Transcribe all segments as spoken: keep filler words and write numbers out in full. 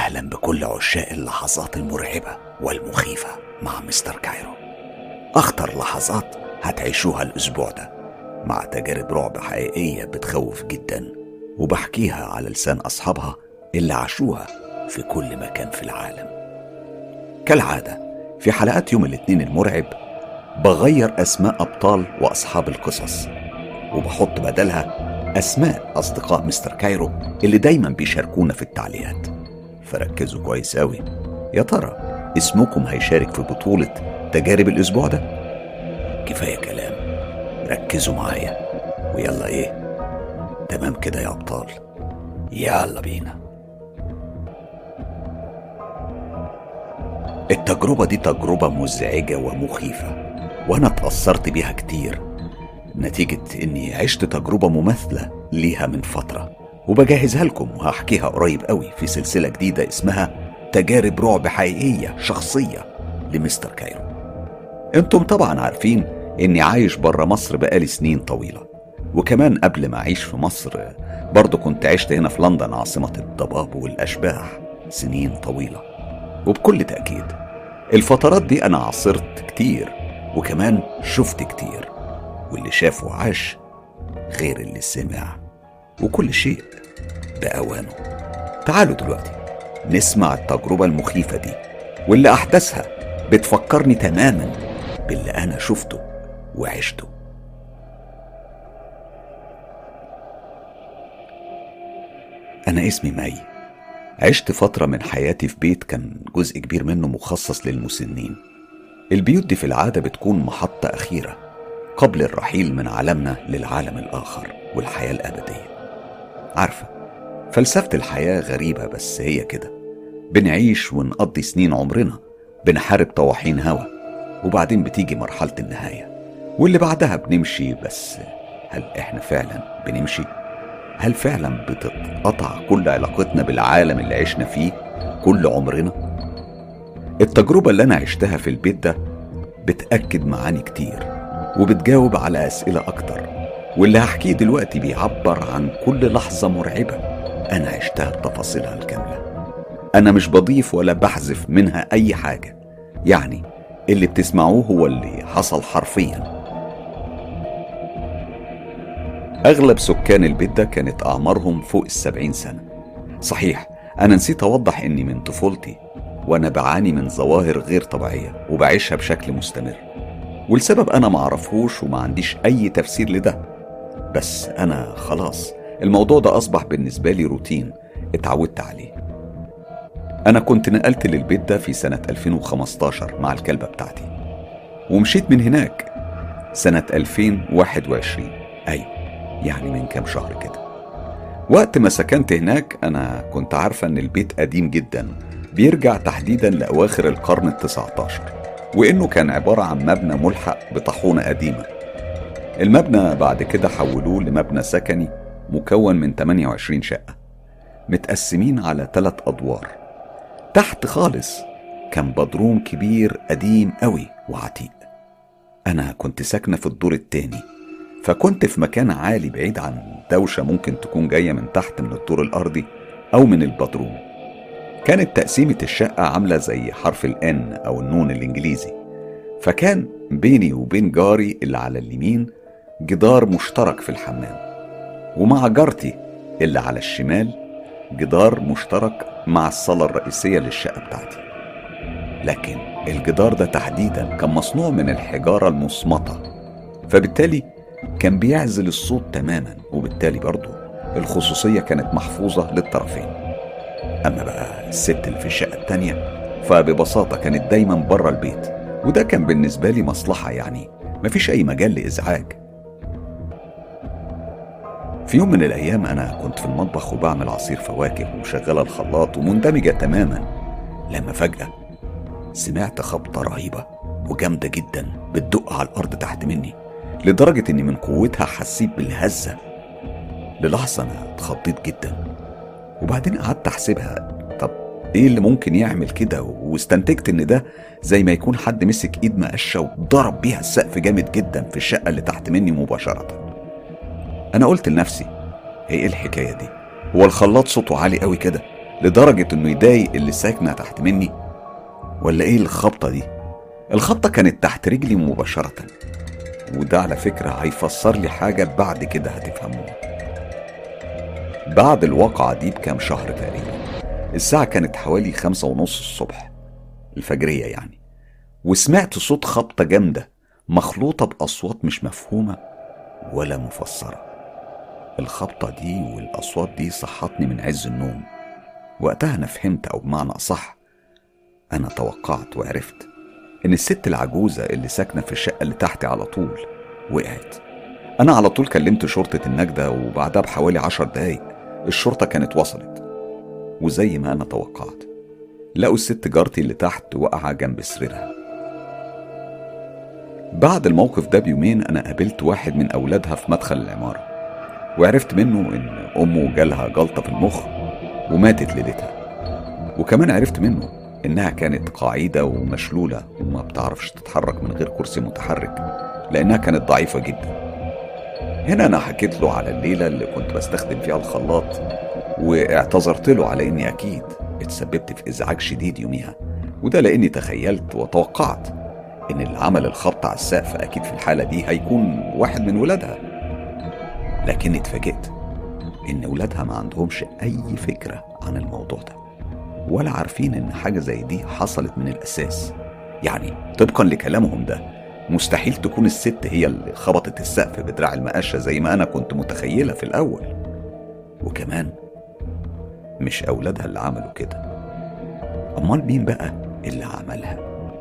أهلا بكل عشاق اللحظات المرعبة والمخيفة مع مستر كايرو. أخطر لحظات هتعيشوها الأسبوع ده مع تجارب رعب حقيقية بتخوف جدا، وبحكيها على لسان أصحابها اللي عاشوها في كل مكان في العالم. كالعادة في حلقات يوم الاثنين المرعب بغير أسماء أبطال وأصحاب القصص، وبحط بدلها أسماء أصدقاء مستر كايرو اللي دايما بيشاركونا في التعليقات. فركزوا كويس قوي، يا ترى اسمكم هيشارك في بطولة تجارب الأسبوع ده؟ كفاية كلام، ركزوا معايا ويلا ايه، تمام كده يا أبطال؟ يلا بينا. التجربة دي تجربة مزعجة ومخيفة، وأنا اتأثرت بيها كتير نتيجة إني عشت تجربة مماثلة ليها من فترة، وبجهزها لكم وهحكيها قريب قوي في سلسلة جديدة اسمها تجارب رعب حقيقية شخصية لمستر كايرو. انتم طبعا عارفين إني عايش برا مصر بقالي سنين طويلة، وكمان قبل ما أعيش في مصر برضو كنت عشت هنا في لندن عاصمة الضباب والأشباح سنين طويلة. وبكل تأكيد الفترات دي أنا عاصرت كتير وكمان شفت كتير، واللي شاف وعاش غير اللي سمع، وكل شيء بأوانه. تعالوا دلوقتي نسمع التجربة المخيفة دي واللي أحداثها بتفكرني تماما باللي أنا شفته وعشته. أنا اسمي ماي، عشت فترة من حياتي في بيت كان جزء كبير منه مخصص للمسنين. البيوت دي في العادة بتكون محطة أخيرة قبل الرحيل من عالمنا للعالم الآخر والحياة الأبدية. عارفة، فلسفة الحياة غريبة بس هي كده، بنعيش ونقضي سنين عمرنا بنحارب طواحين هوا، وبعدين بتيجي مرحلة النهاية واللي بعدها بنمشي. بس هل احنا فعلا بنمشي؟ هل فعلا بتتقطع كل علاقتنا بالعالم اللي عشنا فيه كل عمرنا؟ التجربة اللي أنا عشتها في البيت ده بتأكد معاني كتير وبتجاوب على أسئلة أكتر، واللي هحكيه دلوقتي بيعبر عن كل لحظة مرعبة أنا عشتها بتفاصيلها الكاملة. أنا مش بضيف ولا بحذف منها أي حاجة، يعني اللي بتسمعوه هو اللي حصل حرفيا. أغلب سكان البيت ده كانت أعمارهم فوق السبعين سنة. صحيح أنا نسيت أوضح إني من طفولتي وأنا بعاني من ظواهر غير طبيعية وبعيشها بشكل مستمر، والسبب أنا معرفهوش وما عنديش أي تفسير لده. بس أنا خلاص الموضوع ده أصبح بالنسبة لي روتين اتعودت عليه. أنا كنت نقلت للبيت ده في سنة ألفين وخمستاشر مع الكلبة بتاعتي، ومشيت من هناك سنة ألفين وواحد وعشرين، أيوة يعني من كام شهر كده. وقت ما سكنت هناك أنا كنت عارفة أن البيت قديم جدا، بيرجع تحديدا لأواخر القرن التسعتاشر، وإنه كان عبارة عن مبنى ملحق بطاحونة قديمة. المبنى بعد كده حولوه لمبنى سكني مكون من ثمانية وعشرين شقة متقسمين على ثلاث أدوار. تحت خالص كان بدروم كبير قديم قوي وعتيق. أنا كنت ساكنة في الدور التاني، فكنت في مكان عالي بعيد عن دوشة ممكن تكون جاية من تحت من الدور الأرضي أو من البدروم. كانت تقسيمة الشقة عاملة زي حرف الان أو النون الإنجليزي، فكان بيني وبين جاري اللي على اليمين جدار مشترك في الحمام، ومع جارتي اللي على الشمال جدار مشترك مع الصالة الرئيسية للشقة بتاعتي. لكن الجدار ده تحديدا كان مصنوع من الحجارة المصمطة، فبالتالي كان بيعزل الصوت تماما، وبالتالي برضو الخصوصية كانت محفوظة للطرفين. أما بقى الست اللي في الشقة التانية فببساطة كانت دايما برا البيت، وده كان بالنسبة لي مصلحة، يعني مفيش أي مجال لإزعاج. في يوم من الأيام أنا كنت في المطبخ وبعمل عصير فواكه ومشغلة الخلاط ومندمجة تماما، لما فجأة سمعت خبطة رهيبة وجامدة جدا بتدق على الأرض تحت مني، لدرجة إني من قوتها حسيت بالهزة. للحظة أنا اتخضيت جدا، وبعدين قعدت أحسبها، طب إيه اللي ممكن يعمل كده؟ واستنتجت إن ده زي ما يكون حد مسك إيد مقشة وضرب بيها السقف جامد جدا في الشقة اللي تحت مني مباشرة. أنا قلت لنفسي، هي إيه الحكاية دي؟ هو الخلاط صوته عالي قوي كده؟ لدرجة انه يضايق اللي ساكنة تحت مني؟ ولا ايه الخبطة دي؟ الخبطة كانت تحت رجلي مباشرة، وده على فكرة هيفسر لي حاجة بعد كده هتفهموها. بعد الواقعة دي بكام شهر تقريبا، الساعة كانت حوالي خمسة ونص الصبح الفجرية يعني، وسمعت صوت خبطة جامدة مخلوطة بأصوات مش مفهومة ولا مفسرة. الخبطة دي والأصوات دي صحتني من عز النوم. وقتها أنا فهمت، أو بمعنى أصح أنا توقعت وعرفت إن الست العجوزة اللي ساكنة في الشقة اللي تحتي على طول وقعت. أنا على طول كلمت شرطة النجدة، وبعدها بحوالي عشر دقايق الشرطة كانت وصلت، وزي ما أنا توقعت لقوا الست جارتي اللي تحت واقعة جنب سريرها. بعد الموقف ده بيومين أنا قابلت واحد من أولادها في مدخل العمارة، وعرفت منه إن أمه جالها جلطة في المخ وماتت ليلتها. وكمان عرفت منه إنها كانت قاعدة ومشلولة وما بتعرفش تتحرك من غير كرسي متحرك، لأنها كانت ضعيفة جدا. هنا أنا حكيت له على الليلة اللي كنت بستخدم فيها الخلاط، واعتذرت له على إني أكيد اتسببت في إزعاج شديد يوميها، وده لأني تخيلت وتوقعت إن اللي عمل الخبط على السقف أكيد في الحالة دي هيكون واحد من ولادها. لكني اتفاجئت إن ولادها ما عندهمش أي فكرة عن الموضوع ده، ولا عارفين إن حاجة زي دي حصلت من الأساس. يعني طبقا لكلامهم ده مستحيل تكون الست هي اللي خبطت السقف بدراع المقاشة زي ما أنا كنت متخيلة في الأول. وكمان مش أولادها اللي عملوا كده، أمال مين بقى اللي عملها؟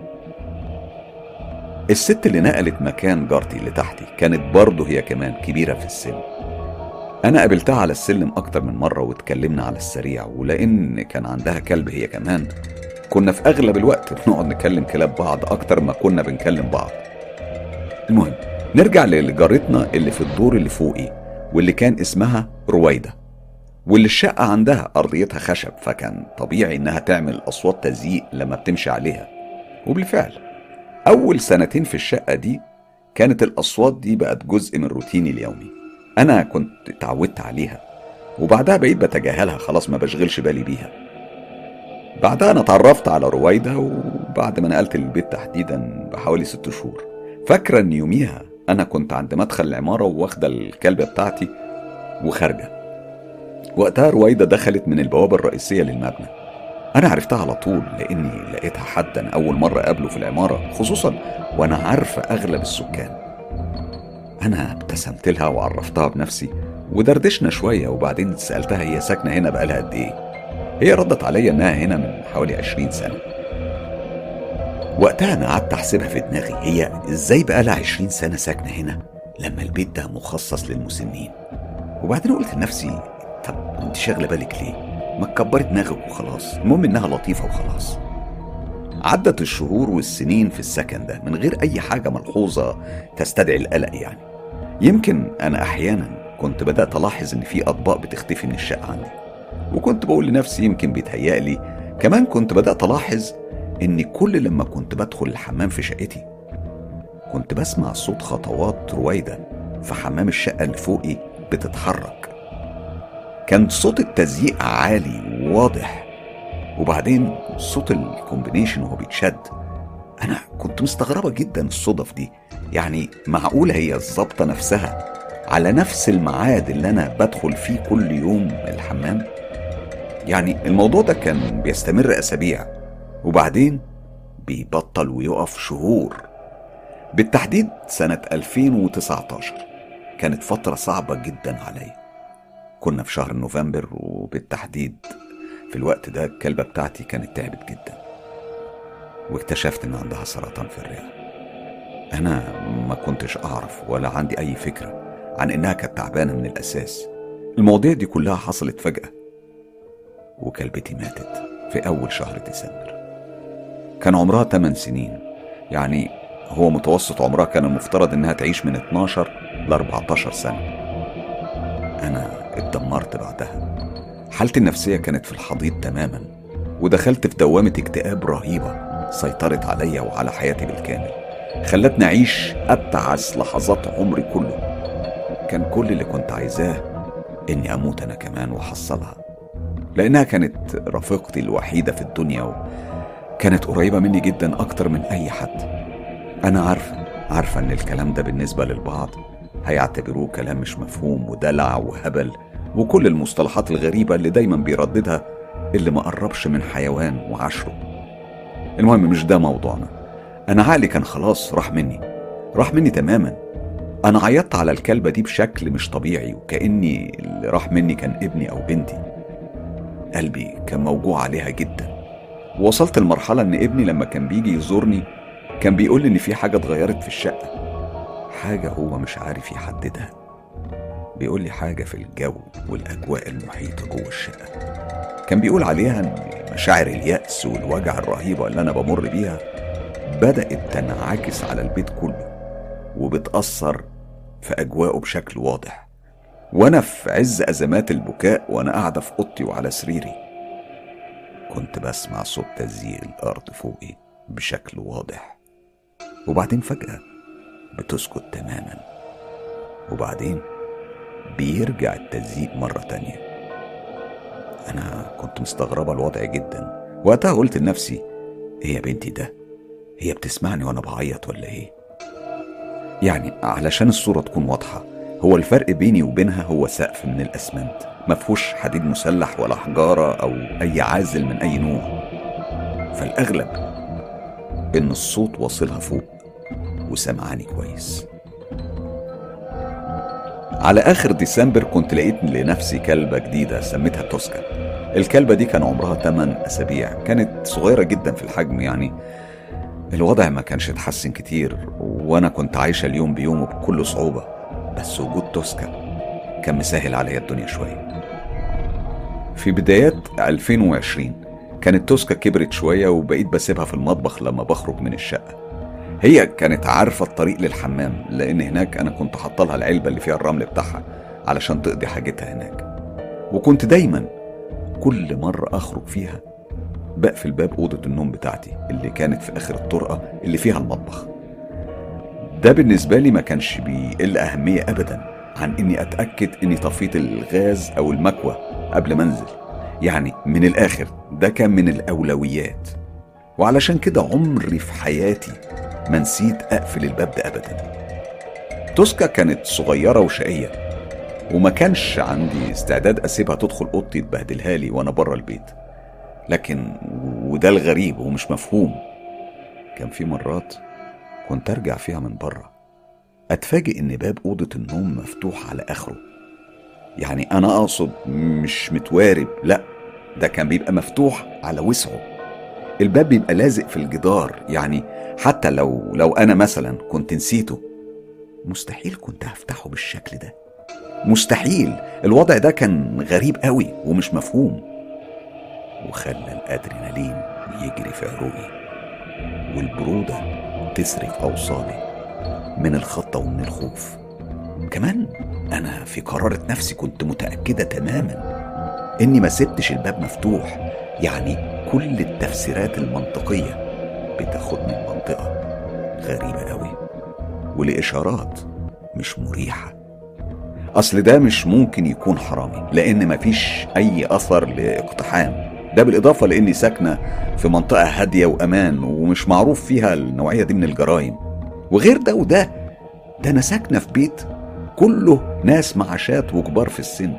الست اللي نقلت مكان جارتي اللي تحتي كانت برضه هي كمان كبيرة في السن. أنا قابلتها على السلم أكتر من مرة واتكلمنا على السريع، ولأن كان عندها كلب هي كمان كنا في أغلب الوقت بنقعد نكلم كلاب بعض أكتر ما كنا بنكلم بعض. المهم نرجع لجارتنا اللي في الدور اللي فوقي، واللي كان اسمها رويدة، واللي الشقة عندها أرضيتها خشب، فكان طبيعي إنها تعمل أصوات تزييق لما بتمشي عليها. وبالفعل أول سنتين في الشقة دي كانت الأصوات دي بقت جزء من روتيني اليومي. أنا كنت اتعودت عليها، وبعدها بقيت بتجاهلها خلاص، ما بشغلش بالي بيها. بعدها أنا اتعرفت على رويدة، وبعد ما نقلت للبيت تحديدا بحوالي ست شهور، فاكرة إن يوميها أنا كنت عند مدخل العمارة واخدة الكلبة بتاعتي وخارجة. وقتها رويدة دخلت من البوابة الرئيسية للمبنى. أنا عرفتها على طول لأني لقيتها حدا أول مرة قابله في العمارة، خصوصا وأنا عارفة أغلب السكان. أنا ابتسمت لها وعرفتها بنفسي ودردشنا شوية، وبعدين سألتها هي ساكنة هنا بقالها قد إيه. هي ردت عليا إنها هنا من حوالي عشرين سنة. وقتها أنا قعدت أحسبها في دماغي، هي إزاي بقالها عشرين سنة ساكنة هنا لما البيت ده مخصص للمسنين؟ وبعدين قلت لنفسي طب انت شاغله بالك ليه؟ ما تكبري دماغك وخلاص، المهم انها لطيفه وخلاص. عدت الشهور والسنين في السكن ده من غير اي حاجه ملحوظه تستدعي القلق يعني. يمكن انا احيانا كنت بدات الاحظ ان في اطباق بتختفي من الشقه عندي، وكنت بقول لنفسي يمكن بيتهيألي. كمان كنت بدات الاحظ ان كل لما كنت بدخل الحمام في شقتي كنت بسمع صوت خطوات رويدة في حمام الشقه اللي فوقي بتتحرك. كان صوت التزييق عالي وواضح، وبعدين صوت الكومبينيشن وهو بيتشد. انا كنت مستغربة جدا الصدف دي، يعني معقولة هي الظابطة نفسها على نفس الميعاد اللي انا بدخل فيه كل يوم الحمام؟ يعني الموضوع ده كان بيستمر اسابيع وبعدين بيبطل ويقف شهور. بالتحديد سنة ألفين وتسعتاشر كانت فترة صعبة جدا علي. كنا في شهر نوفمبر، وبالتحديد في الوقت ده الكلبة بتاعتي كانت تعبت جدا، واكتشفت ان عندها سرطان في الرئة. انا ما كنتش اعرف ولا عندي اي فكرة عن انها كانت تعبانة من الاساس. المواضيع دي كلها حصلت فجأة، وكلبتي ماتت في اول شهر ديسمبر. كان عمرها ثماني سنين، يعني هو متوسط عمرها كان المفترض انها تعيش من اتناشر ل أربعتاشر سنة. انا اتدمرت بعدها، حالتي النفسية كانت في الحضيض تماما، ودخلت في دوامة اكتئاب رهيبة سيطرت عليا وعلى حياتي بالكامل، خلتني أعيش أبتعس لحظات عمري كله. كان كل اللي كنت عايزاه إني أموت أنا كمان وحصلها، لأنها كانت رفيقتي الوحيدة في الدنيا، وكانت قريبة مني جدا أكتر من أي حد. أنا عارفة عارفة إن الكلام ده بالنسبة للبعض هيعتبروه كلام مش مفهوم ودلع وهبل وكل المصطلحات الغريبة اللي دايما بيرددها اللي ما قربش من حيوان وعشره. المهم مش ده موضوعنا. أنا عقلي كان خلاص راح مني راح مني تماما. أنا عيطت على الكلبة دي بشكل مش طبيعي، وكأني اللي راح مني كان ابني أو بنتي. قلبي كان موجوع عليها جدا. وصلت لمرحلة إن ابني لما كان بيجي يزورني كان بيقول لي إن في حاجة اتغيرت في الشقة، حاجة هو مش عارف يحددها. بيقول لي حاجة في الجو والأجواء المحيطة جوه الشقة، كان بيقول عليها إن مشاعر اليأس والوجع الرهيبة اللي أنا بمر بيها بدأت تنعكس على البيت كله وبتأثر في أجواءه بشكل واضح. وأنا في عز أزمات البكاء وأنا قاعدة في أوضتي وعلى سريري كنت بسمع صوت تزييق الأرض فوقي بشكل واضح، وبعدين فجأة بتسكت تماما، وبعدين بيرجع التزييق مرة تانية. أنا كنت مستغربة الوضع جدا. وقتها قلت لنفسي إيه يا بنتي ده؟ هي بتسمعني وأنا بعيط ولا إيه؟ يعني علشان الصورة تكون واضحة، هو الفرق بيني وبينها هو سقف من الأسمنت مفهوش حديد مسلح ولا حجارة أو أي عازل من أي نوع، فالأغلب إن الصوت واصلها فوق وسمعاني كويس. على آخر ديسمبر كنت لقيت لنفسي كلبة جديدة سميتها توسكا. الكلبة دي كان عمرها ثمانية أسابيع، كانت صغيرة جدا في الحجم، يعني الوضع ما كانش اتحسن كتير وأنا كنت عايشة اليوم بيومه بكل صعوبة، بس وجود توسكا كان مسهل عليا الدنيا شوية. في بدايات ألفين وعشرين كانت توسكا كبرت شوية وبقيت بسيبها في المطبخ لما بخرج من الشقة. هي كانت عارفة الطريق للحمام لأن هناك أنا كنت حاطلها العلبة اللي فيها الرمل بتاعها علشان تقضي حاجتها هناك. وكنت دايما كل مرة أخرج فيها بقفل باب أوضة النوم بتاعتي اللي كانت في آخر الطرقة اللي فيها المطبخ. ده بالنسبة لي ما كانش بيقل أهمية أبدا عن إني أتأكد إني طفيت الغاز أو المكوى قبل ما أنزل. يعني من الآخر ده كان من الأولويات، وعلشان كده عمري في حياتي ما نسيت أقفل الباب ده أبدا. توسكا كانت صغيرة وشقية وما كانش عندي استعداد أسيبها تدخل أوضتي تبهدلها لي وأنا بره البيت. لكن وده الغريب ومش مفهوم، كان في مرات كنت أرجع فيها من بره أتفاجئ إن باب أوضة النوم مفتوح على آخره. يعني أنا أقصد مش متوارب، لأ ده كان بيبقى مفتوح على وسعه. الباب بيبقى لازق في الجدار، يعني حتى لو لو أنا مثلا كنت نسيته مستحيل كنت هفتحه بالشكل ده، مستحيل. الوضع ده كان غريب قوي ومش مفهوم، وخلى الأدرينالين يجري في عروقي والبرودة تسري في أوصالي من الخضة ومن الخوف. كمان أنا في قرارة نفسي كنت متأكدة تماما إني ما سبتش الباب مفتوح. يعني كل التفسيرات المنطقية بتاخدني لمنطقة غريبة قوي ولإشارات مش مريحة. أصل ده مش ممكن يكون حرامي لأن مفيش أي أثر لاقتحام، ده بالإضافة لأني ساكنة في منطقة هادية وأمان ومش معروف فيها النوعية دي من الجرائم. وغير ده وده ده أنا ساكنة في بيت كله ناس معاشات وكبار في السن.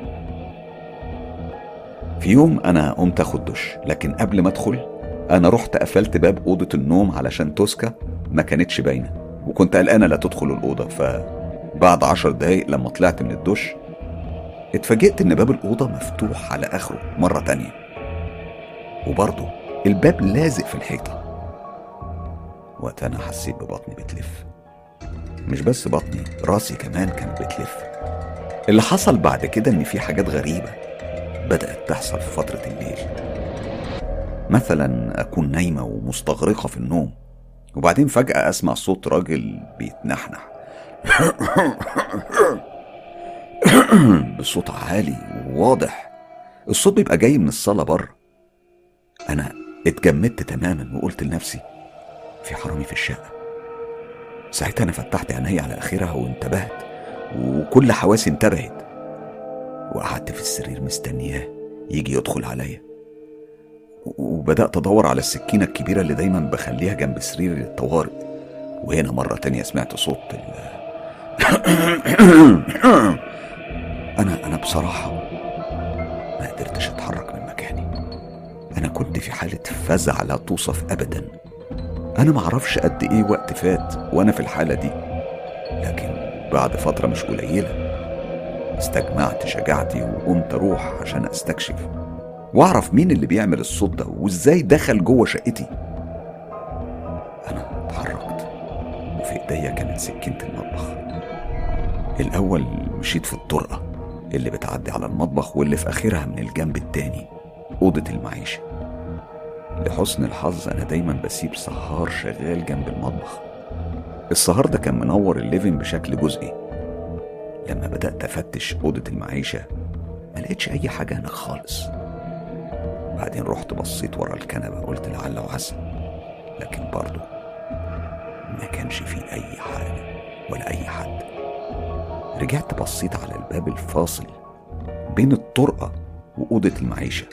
في يوم أنا قمت أخد دش، لكن قبل ما أدخل أنا رحت قفلت باب أوضة النوم علشان توسكا ما كانتش باينة وكنت قلقانة لا تدخل الأوضة. فبعد عشر دقايق لما طلعت من الدش اتفاجئت إن باب الأوضة مفتوح على آخره مرة تانية، وبرضه الباب لازق في الحيطة. وقت أنا حسيت ببطني بتلف، مش بس بطني، راسي كمان كانت بتلف. اللي حصل بعد كده إن في حاجات غريبة بدأت تحصل في فترة الليل. مثلا أكون نايمة ومستغرقة في النوم وبعدين فجأة أسمع صوت راجل بيتنحنح بصوت عالي وواضح. الصوت بيبقى جاي من الصالة بره. أنا اتجمدت تماما وقلت لنفسي في حرامي في الشقة. ساعتها أنا فتحت عيني على آخرها وانتبهت وكل حواسي انتبهت، وقعدت في السرير مستنياه يجي يدخل عليا، وبدأت أدور على السكينة الكبيرة اللي دايما بخليها جنب سريري للطوارئ. وهنا مرة تانية سمعت صوت ال... أنا أنا بصراحة ما قدرتش أتحرك من مكاني. أنا كنت في حالة فزع لا توصف أبدا. أنا معرفش قد إيه وقت فات وأنا في الحالة دي، لكن بعد فترة مش قليلة استجمعت شجاعتي وقمت أروح عشان أستكشف وأعرف مين اللي بيعمل الصوت ده وإزاي دخل جوه شقتي. أنا اتحركت وفي إيديا كانت سكينة المطبخ. الأول مشيت في الطرقة اللي بتعدي على المطبخ واللي في آخرها من الجنب التاني أوضة المعيشة. لحسن الحظ أنا دايما بسيب سهار شغال جنب المطبخ. السهار ده كان منور الليفين بشكل جزئي. لما بدأت أفتش أوضة المعيشة ما لقيتش أي حاجة هناك خالص. بعدين رحت بصيت ورا الكنبة، قلت لعل وعسى، لكن برضو ما كانش فيه أي حاجة ولا أي حد. رجعت بصيت على الباب الفاصل بين الطرقة وأوضة المعيشة،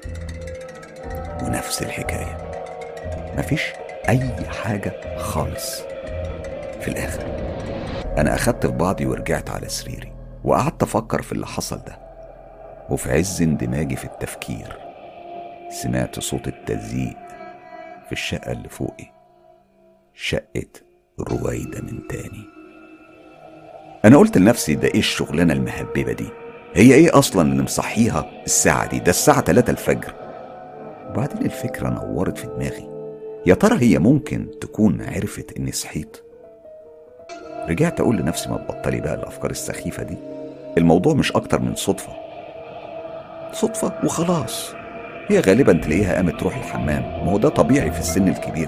ونفس الحكاية، مفيش أي حاجة خالص. في الآخر أنا أخدت في بعضي ورجعت على سريري وقعدت أفكر في اللي حصل ده. وفي عز اندماجي في التفكير سمعت صوت التزييق في الشقة اللي فوقي، شقة رويدة من تاني. أنا قلت لنفسي ده إيه الشغلانة المهببة دي؟ هي إيه أصلا اللي مصحيها الساعة دي؟ ده الساعة تلاتة الفجر. وبعدين الفكرة نورت في دماغي، يا ترى هي ممكن تكون عرفت إني صحيت؟ رجعت أقول لنفسي ما تبطلي بقى الأفكار السخيفة دي، الموضوع مش أكتر من صدفة صدفة وخلاص. هي غالبا تلاقيها قامت تروح الحمام، ما هو ده طبيعي في السن الكبيرة.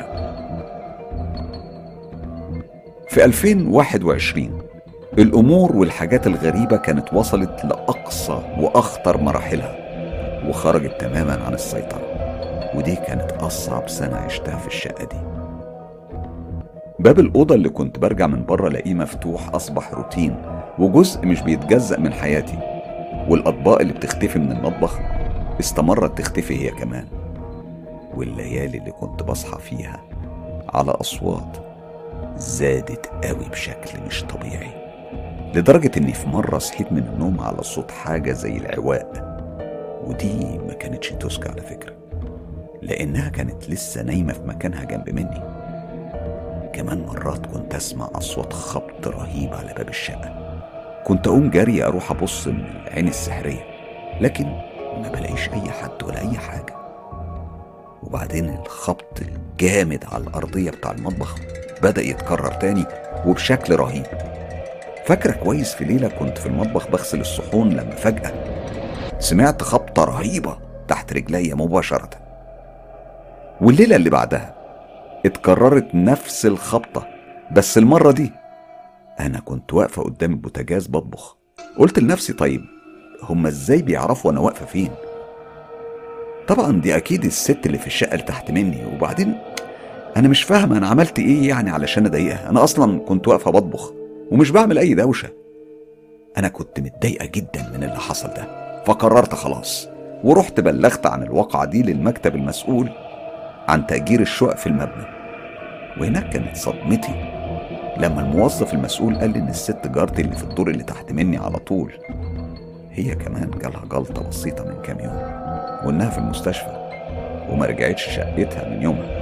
في ألفين وواحد وعشرين الأمور والحاجات الغريبة كانت وصلت لأقصى وأخطر مراحلها وخرجت تماما عن السيطرة. ودي كانت أصعب سنة عشتها في الشقة دي. باب الأوضة اللي كنت برجع من بره الاقيه مفتوح أصبح روتين وجزء مش بيتجزأ من حياتي. والأطباق اللي بتختفي من المطبخ استمرت تختفي هي كمان. والليالي اللي كنت بصحى فيها على أصوات زادت قوي بشكل مش طبيعي، لدرجة اني في مرة صحيت من النوم على صوت حاجة زي العواء. ودي ما كانتش توسكا على فكرة، لانها كانت لسه نايمة في مكانها جنب مني. كمان مرات كنت اسمع اصوات خبط رهيب على باب الشقة. كنت اقوم جري اروح ابص من العين السحرية، لكن ما بلاقيش اي حد ولا اي حاجة. وبعدين الخبط الجامد على الارضية بتاع المطبخ بدأ يتكرر تاني وبشكل رهيب. فاكرة كويس في ليلة كنت في المطبخ بغسل الصحون لما فجأة سمعت خبطة رهيبة تحت رجلي مباشرة. والليلة اللي بعدها اتكررت نفس الخبطة، بس المرة دي أنا كنت واقفة قدام البوتاجاز بطبخ. قلت لنفسي طيب هما ازاي بيعرفوا أنا واقفة فين؟ طبعا دي أكيد الست اللي في الشقة اللي تحت مني. وبعدين أنا مش فاهم أنا عملت إيه يعني علشان أضايقها. أنا أصلا كنت واقفة بطبخ ومش بعمل أي دوشة. أنا كنت متضايقة جدا من اللي حصل ده، فقررت خلاص ورحت بلغت عن الواقعة دي للمكتب المسؤول عن تأجير الشقق في المبنى. وهناك كانت صدمتي لما الموظف المسؤول قال لي إن الست جارتي اللي في الدور اللي تحت مني على طول هي كمان جالها جلطة بسيطة من كام يوم، وإنها في المستشفى وما رجعتش شقتها من يومها.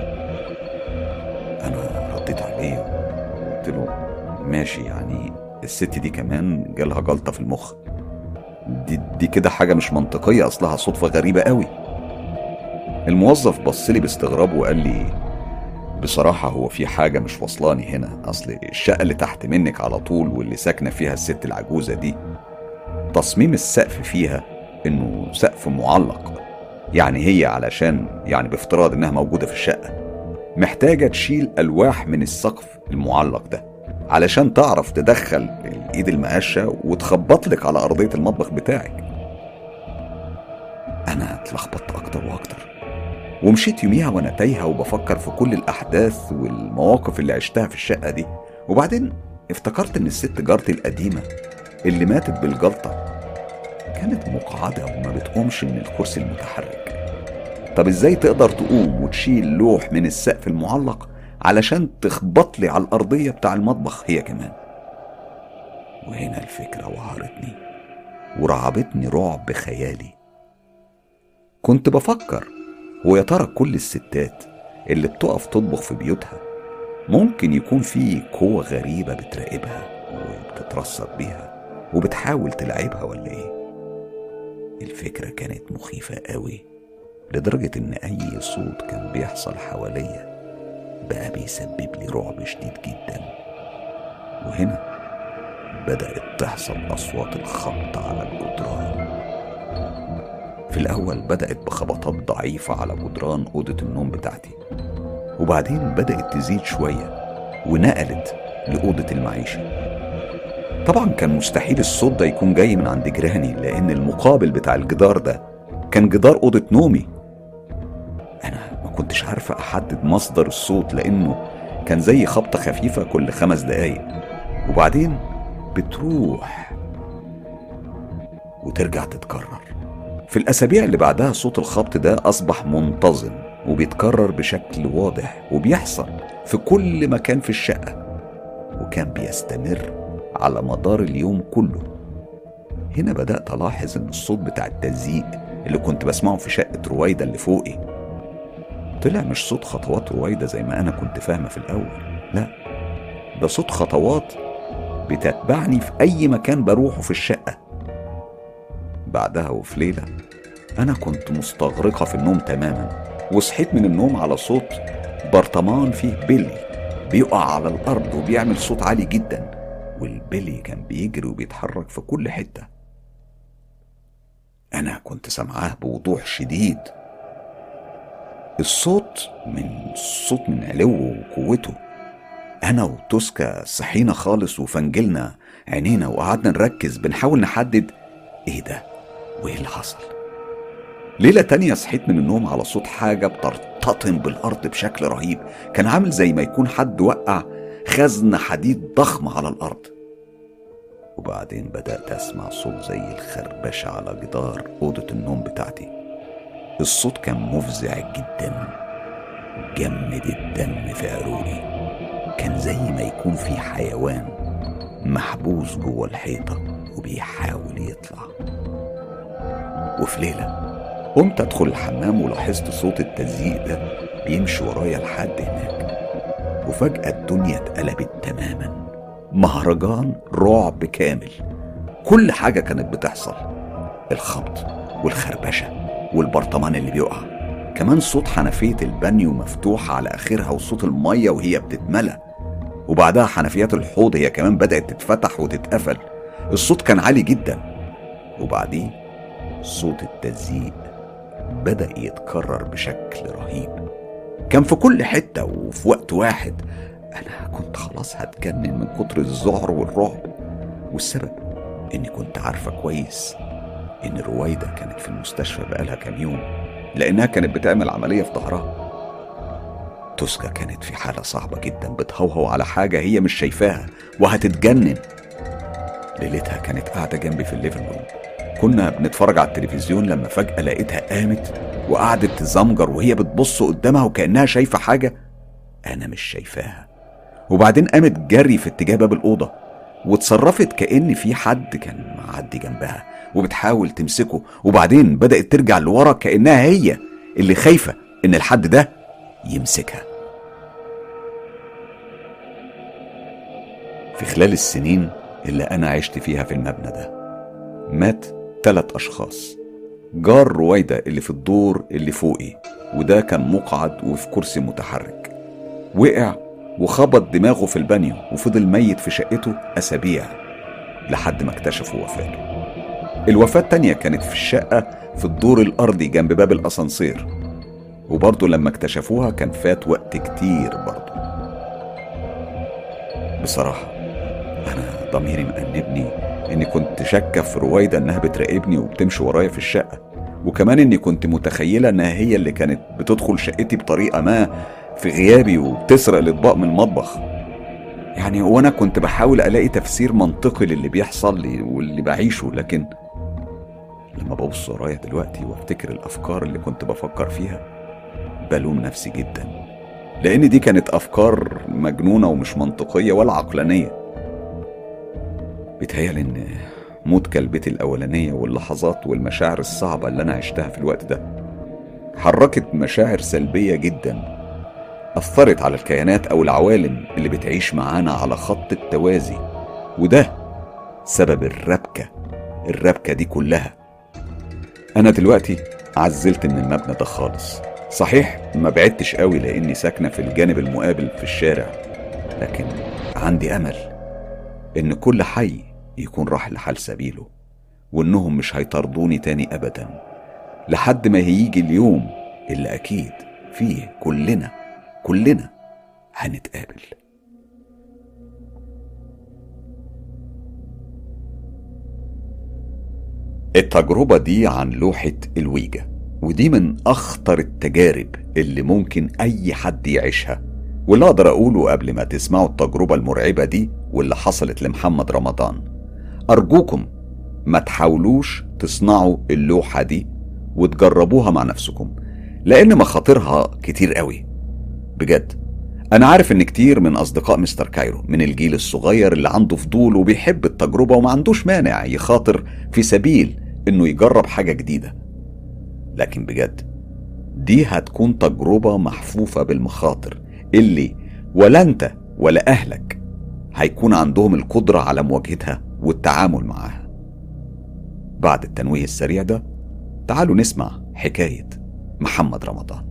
أنا رديت عليه وقلت له ماشي، يعني الست دي كمان جالها جلطة في المخ؟ دي, دي كده حاجة مش منطقية، أصلها صدفة غريبة قوي. الموظف بصلي باستغراب وقال لي بصراحة هو في حاجة مش وصلاني هنا. أصل الشقة اللي تحت منك على طول واللي ساكنة فيها الست العجوزة دي تصميم السقف فيها إنه سقف معلق، يعني هي علشان يعني بافتراض إنها موجودة في الشقة محتاجة تشيل ألواح من السقف المعلق ده علشان تعرف تدخل الإيد المقاشة وتخبط لك على أرضية المطبخ بتاعك. أنا اتلخبطت أكتر وأكتر ومشيت يوميها وأنا تايهة وبفكر في كل الأحداث والمواقف اللي عشتها في الشقة دي. وبعدين افتكرت إن الست جارتي القديمة اللي ماتت بالجلطة كانت مقعدة وما بتقومش من الكرسي المتحرك. طب ازاي تقدر تقوم وتشيل لوح من السقف المعلق علشان تخبط لي على الأرضية بتاع المطبخ هي كمان؟ وهنا الفكرة وهرتني ورعبتني رعب خيالي. كنت بفكر هو يا ترى كل الستات اللي بتقف تطبخ في بيوتها ممكن يكون في قوة غريبة بتراقبها وبتترصد بيها وبتحاول تلعبها ولا ايه؟ الفكرة كانت مخيفة قوي لدرجة ان اي صوت كان بيحصل حواليا بقى بيسبب لي رعب شديد جدا. وهنا بدأت تحصل أصوات الخبط على الجدران. في الأول بدأت بخبطات ضعيفة على جدران أوضة النوم بتاعتي، وبعدين بدأت تزيد شوية ونقلت لأوضة المعيشة. طبعا كان مستحيل الصوت ده يكون جاي من عند جيراني، لأن المقابل بتاع الجدار ده كان جدار أوضة نومي. أنا ما كنتش عارفة أحدد مصدر الصوت، لأنه كان زي خبطة خفيفة كل خمس دقايق وبعدين بتروح وترجع تتكرر. في الأسابيع اللي بعدها صوت الخبط ده أصبح منتظم وبيتكرر بشكل واضح وبيحصل في كل مكان في الشقة، وكان بيستمر على مدار اليوم كله. هنا بدأت ألاحظ إن الصوت بتاع التزييق اللي كنت بسمعه في شقة رويدة اللي فوقي طلع مش صوت خطوات رويدة زي ما أنا كنت فاهمة في الأول، لا، ده صوت خطوات بتتبعني في أي مكان بروحه في الشقة. بعدها وفي ليلة أنا كنت مستغرقة في النوم تماما، وصحيت من النوم على صوت برطمان فيه بيلي بيقع على الأرض وبيعمل صوت عالي جدا، والبيلي كان بيجري وبيتحرك في كل حتة. أنا كنت سمعاه بوضوح شديد. الصوت من الصوت من علوه وقوته. أنا وتوسكا صحينا خالص وفنجلنا عينينا وقعدنا نركز بنحاول نحدد إيه ده وإيه اللي حصل. ليلة تانية صحيت من النوم على صوت حاجة بترتطم بالأرض بشكل رهيب، كان عامل زي ما يكون حد وقع خزنة حديد ضخمة على الأرض. وبعدين بدأت أسمع صوت زي الخربشة على جدار أوضة النوم بتاعتي. الصوت كان مفزع جدا، جمد الدم في عروقي. كان زي ما يكون في حيوان محبوس جوه الحيطة وبيحاول يطلع. وفي ليلة قمت أدخل الحمام ولاحظت صوت التزييق ده بيمشي ورايا لحد هناك، وفجأة الدنيا اتقلبت تماما، مهرجان رعب كامل. كل حاجة كانت بتحصل، الخبط والخربشة والبرطمان اللي بيقع، كمان صوت حنفية البانيو مفتوحة على آخرها وصوت المية وهي بتتملى، وبعدها حنفيات الحوض هي كمان بدأت تتفتح وتتقفل. الصوت كان عالي جدا. وبعدين صوت التزييق بدأ يتكرر بشكل رهيب، كان في كل حتة وفي وقت واحد. أنا كنت خلاص هتجنن من كتر الذعر والرعب، والسبب إني كنت عارفة كويس إن رويدة كانت في المستشفى بقالها كام يوم، لأنها كانت بتعمل عملية في ظهرها. توسكا كانت في حالة صعبة جدا، بتهوهو على حاجة هي مش شايفاها وهتتجنن. ليلتها كانت قاعدة جنبي في الليفنج روم، كنا بنتفرج على التلفزيون لما فجأة لقيتها قامت وقعدت تزمجر وهي بتبص قدامها وكأنها شايفة حاجة أنا مش شايفاها. وبعدين قامت جري في اتجاه باب الأوضة وتصرفت كأن في حد كان معدي جنبها وبتحاول تمسكه، وبعدين بدأت ترجع لورا كأنها هي اللي خايفة إن الحد ده يمسكها. في خلال السنين اللي أنا عشت فيها في المبنى ده مات ثلاث أشخاص. جار رويدة اللي في الدور اللي فوقي، وده كان مقعد وفي كرسي متحرك، وقع وخبط دماغه في البانيو وفضل ميت في شقته أسابيع لحد ما اكتشفوا وفاته. الوفاة التانية كانت في الشقة في الدور الأرضي جنب باب الأسانسير، وبرضه لما اكتشفوها كان فات وقت كتير برضه. بصراحة أنا ضميري مأنبني إني كنت شاكة في رويدة إنها بتراقبني وبتمشي ورايا في الشقة، وكمان إني كنت متخيلة إنها هي اللي كانت بتدخل شقتي بطريقة ما في غيابي وبتسرق الأطباق من المطبخ. يعني وأنا كنت بحاول ألاقي تفسير منطقي للي بيحصل لي واللي بعيشه، لكن لما ببص ورايا دلوقتي وافتكر الأفكار اللي كنت بفكر فيها بلوم نفسي جدا، لأن دي كانت أفكار مجنونة ومش منطقية ولا عقلانية. بيتهيألي إن موت كلبتي الأولانية واللحظات والمشاعر الصعبة اللي أنا عشتها في الوقت ده حركت مشاعر سلبية جدا أثرت على الكيانات أو العوالم اللي بتعيش معانا على خط التوازي، وده سبب الربكة الربكة دي كلها. أنا دلوقتي عزلت من المبنى ده خالص، صحيح ما بعدتش قوي لأني ساكنة في الجانب المقابل في الشارع، لكن عندي أمل إن كل حي يكون راح لحال سبيله، وإنهم مش هيطردوني تاني أبدا لحد ما هيجي اليوم اللي أكيد فيه كلنا كلنا هنتقابل. التجربة دي عن لوحة الويجا، ودي من أخطر التجارب اللي ممكن أي حد يعيشها، واللي أقدر أقوله قبل ما تسمعوا التجربة المرعبة دي واللي حصلت لمحمد رمضان، أرجوكم ما تحاولوش تصنعوا اللوحة دي وتجربوها مع نفسكم، لأن مخاطرها كتير قوي بجد. أنا عارف إن كتير من أصدقاء مستر كايرو من الجيل الصغير اللي عنده فضول وبيحب التجربة وما عندوش مانع يخاطر في سبيل إنه يجرب حاجة جديدة، لكن بجد دي هتكون تجربة محفوفة بالمخاطر اللي ولا أنت ولا أهلك هيكون عندهم القدرة على مواجهتها والتعامل معها. بعد التنويه السريع ده تعالوا نسمع حكاية محمد رمضان.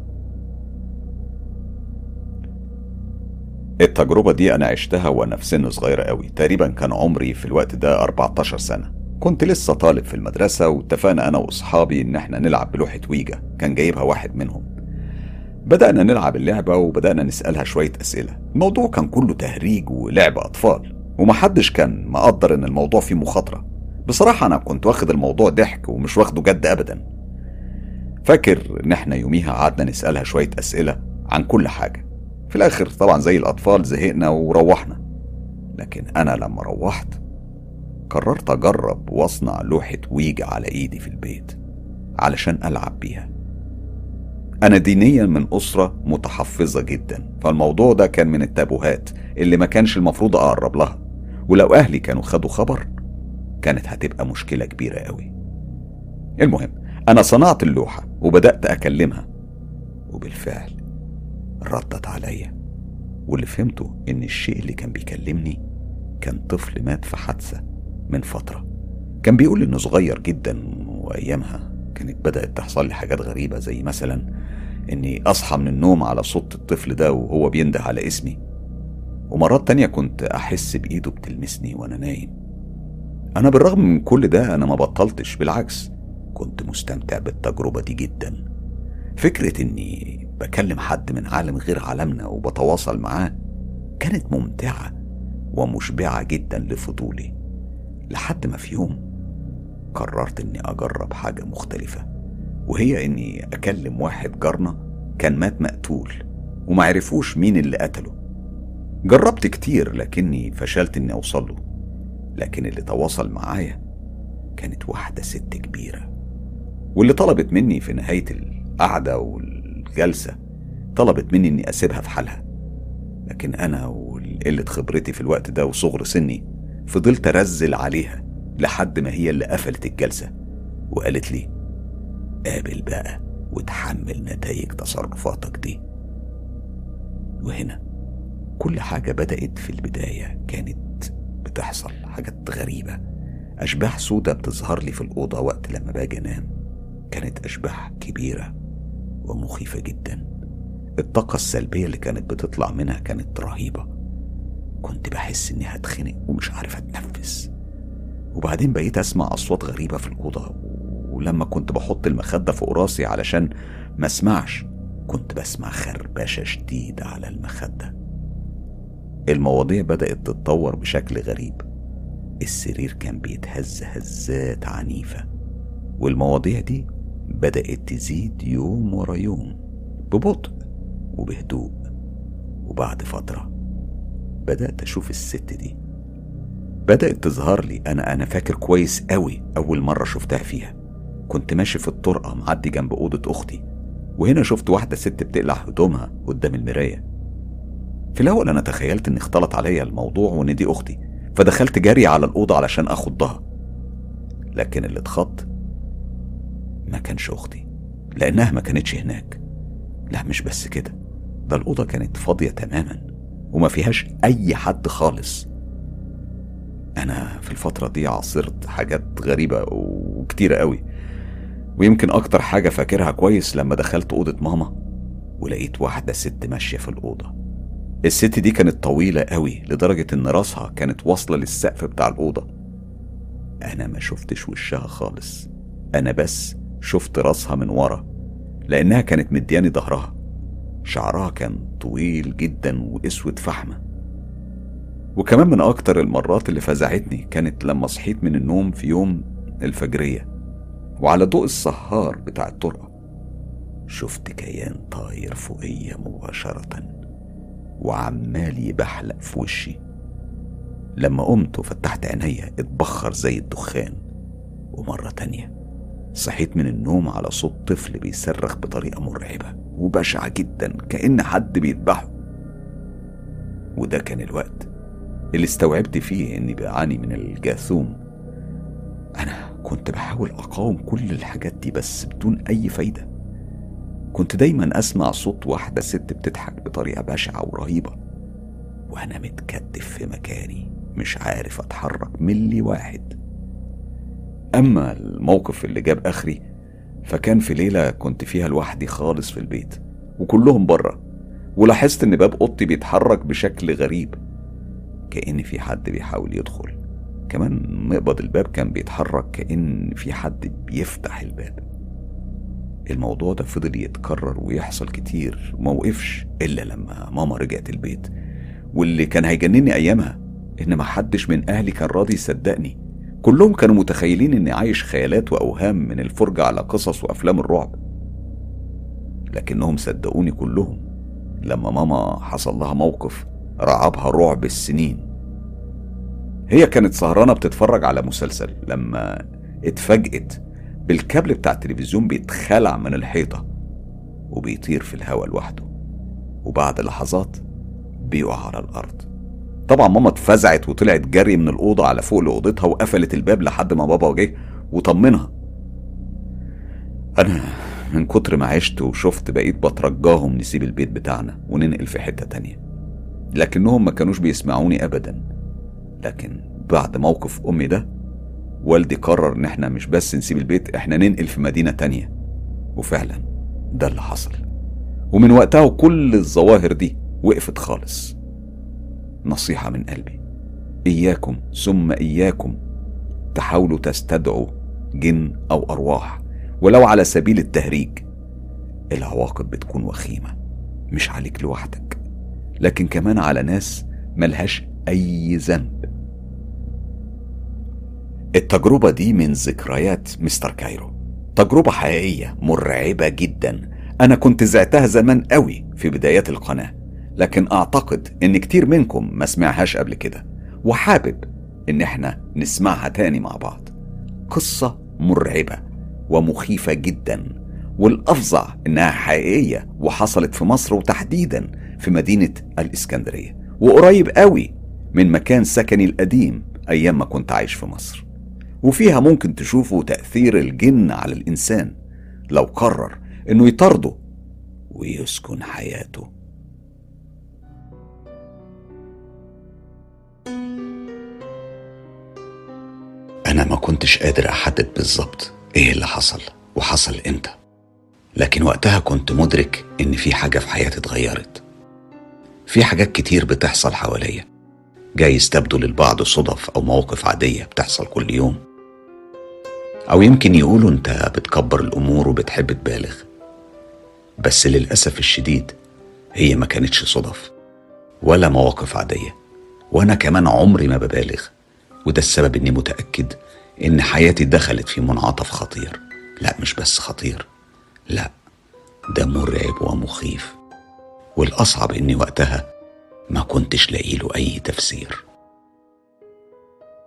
التجربة دي أنا عشتها وأنا في سن صغيرة قوي، تقريبا كان عمري في الوقت ده أربعتاشر سنة. كنت لسه طالب في المدرسة، واتفقنا أنا وأصحابي إن احنا نلعب بلوحة ويجا كان جايبها واحد منهم. بدأنا نلعب اللعبة وبدأنا نسألها شوية أسئلة. الموضوع كان كله تهريج ولعب أطفال، ومحدش كان مقدر إن الموضوع فيه مخاطرة. بصراحة أنا كنت واخد الموضوع ضحك ومش واخده جد أبدا. فاكر إن احنا يوميها قعدنا نسألها شوية أسئلة عن كل حاجة. في الآخر طبعا زي الأطفال زهقنا وروحنا، لكن أنا لما روحت قررت أجرب وأصنع لوحة ويجا على إيدي في البيت علشان ألعب بيها. أنا دينيا من أسرة متحفظة جدا، فالموضوع ده كان من التابوهات اللي ما كانش المفروض أقرب لها، ولو أهلي كانوا خدوا خبر كانت هتبقى مشكلة كبيرة قوي. المهم أنا صنعت اللوحة وبدأت أكلمها، وبالفعل ردت عليا، واللي فهمته إن الشيء اللي كان بيكلمني كان طفل مات في حادثة من فترة. كان بيقول إنه صغير جدا، وأيامها كانت بدأت تحصل لي حاجات غريبة، زي مثلا إني أصحى من النوم على صوت الطفل ده وهو بينده على اسمي، ومرات تانية كنت أحس بإيده بتلمسني وأنا نايم. أنا بالرغم من كل ده أنا ما بطلتش، بالعكس كنت مستمتع بالتجربة دي جدا. فكرة إني بكلم حد من عالم غير عالمنا وبتواصل معاه كانت ممتعة ومشبعة جدا لفضولي، لحد ما في يوم قررت إني أجرب حاجة مختلفة، وهي إني أكلم واحد جارنا كان مات مقتول ومعرفوش مين اللي قتله. جربت كتير لكني فشلت إني أوصله، لكن اللي تواصل معايا كانت واحدة ست كبيرة، واللي طلبت مني في نهاية القعدة والجلسة طلبت مني إني أسيبها في حالها. لكن أنا وقلة خبرتي في الوقت ده وصغر سني فضلت أرزل عليها لحد ما هي اللي قفلت الجلسة وقالت لي قابل بقى وتحمل نتائج تصرفاتك دي. وهنا كل حاجة بدأت. في البداية كانت بتحصل حاجات غريبة، أشباح سودة بتظهر لي في الأوضة وقت لما باجي أنام. كانت أشباح كبيرة ومخيفة جدا. الطاقة السلبية اللي كانت بتطلع منها كانت رهيبة. كنت بحس إني هتخنق ومش عارف أتنفس. وبعدين بقيت أسمع أصوات غريبة في الأوضة، ولما كنت بحط المخدة فوق راسي علشان ما اسمعش كنت بسمع خربشة شديدة على المخدة. المواضيع بدأت تتطور بشكل غريب. السرير كان بيتهز هزات عنيفة، والمواضيع دي بدأت تزيد يوم ورا يوم ببطء وبهدوء. وبعد فترة بدأت أشوف الست دي بدأت تظهر لي. أنا أنا فاكر كويس قوي أول مرة شفتها فيها. كنت ماشي في الطرقة معدي جنب أوضة أختي، وهنا شفت واحدة ست بتقلع هدومها قدام المراية. في الأول أنا تخيلت إن اختلط عليا الموضوع وإن دي أختي، فدخلت جري على الأوضة علشان أخضها. لكن اللي اتخض ما كانش أختي، لأنها ما كانتش هناك. لا مش بس كده، ده الأوضة كانت فاضية تماما وما فيهاش أي حد خالص. أنا في الفترة دي عاصرت حاجات غريبة وكتيرة قوي، ويمكن أكتر حاجة فاكرها كويس لما دخلت أوضة ماما ولقيت واحدة ست ماشية في الأوضة. الست دي كانت طويلة قوي لدرجة إن راسها كانت واصلة للسقف بتاع الأوضة. أنا ما شفتش وشها خالص، أنا بس شفت راسها من ورا لأنها كانت مدياني ظهرها. شعرها كان طويل جدا وأسود فحمة. وكمان من أكتر المرات اللي فزعتني كانت لما صحيت من النوم في يوم الفجرية، وعلى ضوء السهار بتاع الطرقة شفت كيان طاير فوقيا مباشرة وعمال يبحلق في وشي. لما قمت وفتحت عينيا اتبخر زي الدخان. ومرة تانية صحيت من النوم على صوت طفل بيصرخ بطريقة مرعبة وبشعة جدا كأن حد بيذبحه. وده كان الوقت اللي استوعبت فيه اني بعاني من الجاثوم. انا كنت بحاول اقاوم كل الحاجات دي بس بدون اي فايدة. كنت دايما اسمع صوت واحدة ست بتضحك بطريقة بشعة ورهيبة، وانا متكتف في مكاني مش عارف اتحرك ملي واحد. اما الموقف اللي جاب اخري فكان في ليلة كنت فيها لوحدي خالص في البيت وكلهم بره، ولاحظت ان باب اوضتي بيتحرك بشكل غريب كأن في حد بيحاول يدخل. كمان مقبض الباب كان بيتحرك كأن في حد بيفتح الباب. الموضوع ده فضل يتكرر ويحصل كتير وموقفش إلا لما ماما رجعت البيت. واللي كان هيجنني أيامها إن محدش من أهلي كان راضي يصدقني. كلهم كانوا متخيلين إني عايش خيالات وأوهام من الفرجة على قصص وأفلام الرعب، لكنهم صدقوني كلهم لما ماما حصل لها موقف رعبها رعب السنين. هي كانت سهرانة بتتفرج على مسلسل لما اتفاجئت بالكابل بتاع التلفزيون بيتخلع من الحيطة وبيطير في الهواء لوحده، وبعد لحظات بيقع على الأرض. طبعا ماما اتفزعت وطلعت جري من الأوضة على فوق لأوضتها وقفلت الباب لحد ما بابا جه وطمنها. أنا من كتر ما عشت وشفت بقيت بترجاهم نسيب البيت بتاعنا وننقل في حتة تانية، لكنهم ما كانوش بيسمعوني أبدا. لكن بعد موقف أمي ده والدي قرر إن احنا مش بس نسيب البيت، احنا ننقل في مدينة تانية. وفعلا ده اللي حصل. ومن وقتها وكل الظواهر دي وقفت خالص. نصيحة من قلبي، إياكم ثم إياكم تحاولوا تستدعوا جن أو أرواح ولو على سبيل التهريج. العواقب بتكون وخيمة، مش عليك لوحدك لكن كمان على ناس ملهاش أي ذنب. التجربة دي من ذكريات مستر كايرو، تجربة حقيقية مرعبة جدا. أنا كنت زعتها زمان قوي في بدايات القناة، لكن أعتقد إن كتير منكم ما سمعهاش قبل كده وحابب إن احنا نسمعها تاني مع بعض. قصة مرعبة ومخيفة جدا، والأفظع إنها حقيقية وحصلت في مصر وتحديدا في مدينة الإسكندرية، وقريب قوي من مكان سكني القديم أيام ما كنت عايش في مصر. وفيها ممكن تشوفوا تأثير الجن على الإنسان لو قرر إنه يطرده ويسكن حياته. أنا ما كنتش قادر أحدد بالظبط إيه اللي حصل وحصل إمتى، لكن وقتها كنت مدرك إن في حاجة في حياتي اتغيرت. في حاجات كتير بتحصل حواليا جايز تبدو للبعض صدف أو مواقف عادية بتحصل كل يوم، أو يمكن يقولوا أنت بتكبر الأمور وبتحب تبالغ. بس للأسف الشديد هي ما كانتش صدف ولا مواقف عادية، وأنا كمان عمري ما ببالغ. وده السبب إني متأكد إن حياتي دخلت في منعطف خطير. لا مش بس خطير، لا ده مرعب ومخيف، والأصعب إني وقتها ما كنتش لاقي له أي تفسير.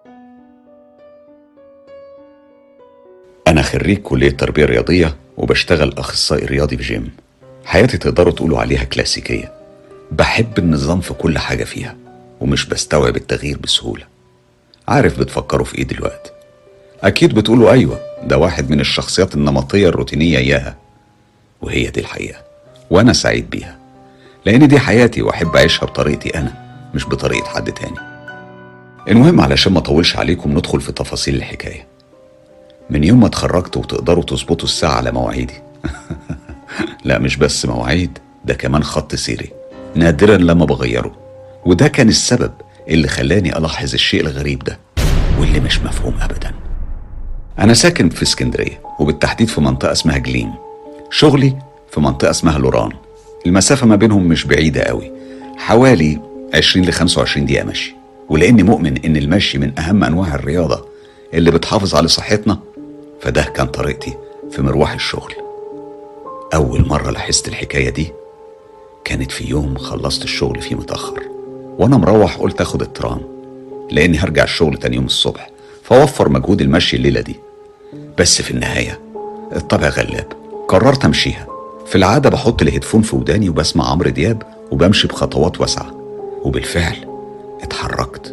خريج كلية تربية رياضية وبشتغل أخصائي رياضي في جيم. حياتي تقدروا تقولوا عليها كلاسيكية. بحب النظام في كل حاجة فيها ومش بستوعب التغيير بسهولة. عارف بتفكروا في ايه دلوقتي؟ أكيد بتقولوا أيوة، ده واحد من الشخصيات النمطية الروتينية إياها. وهي دي الحقيقة، وأنا سعيد بيها، لأن دي حياتي وأحب أعيشها بطريقتي أنا مش بطريقة حد تاني. المهم علشان ما أطولش عليكم ندخل في تفاصيل الحكاية. من يوم ما اتخرجت وتقدروا تظبطوا الساعة على مواعيدي لا مش بس مواعيد، ده كمان خط سيري نادرا لما بغيره. وده كان السبب اللي خلاني ألاحظ الشيء الغريب ده واللي مش مفهوم أبدا. أنا ساكن في اسكندرية، وبالتحديد في منطقة اسمها جليم. شغلي في منطقة اسمها لوران. المسافة ما بينهم مش بعيدة قوي، حوالي عشرين لخمسة وعشرين دقيقة مشي. ولأني مؤمن إن المشي من أهم أنواع الرياضة اللي بتحافظ على صحتنا، فده كان طريقتي في مروح الشغل. أول مرة لاحظت الحكاية دي كانت في يوم خلصت الشغل فيه متأخر، وأنا مروح قلت أخد الترام لأني هرجع الشغل تاني يوم الصبح، فوفر مجهود المشي الليلة دي. بس في النهاية الطبع غلاب، قررت أمشيها. في العادة بحط الهيدفون في وداني وبسمع عمرو دياب وبمشي بخطوات واسعة، وبالفعل اتحركت.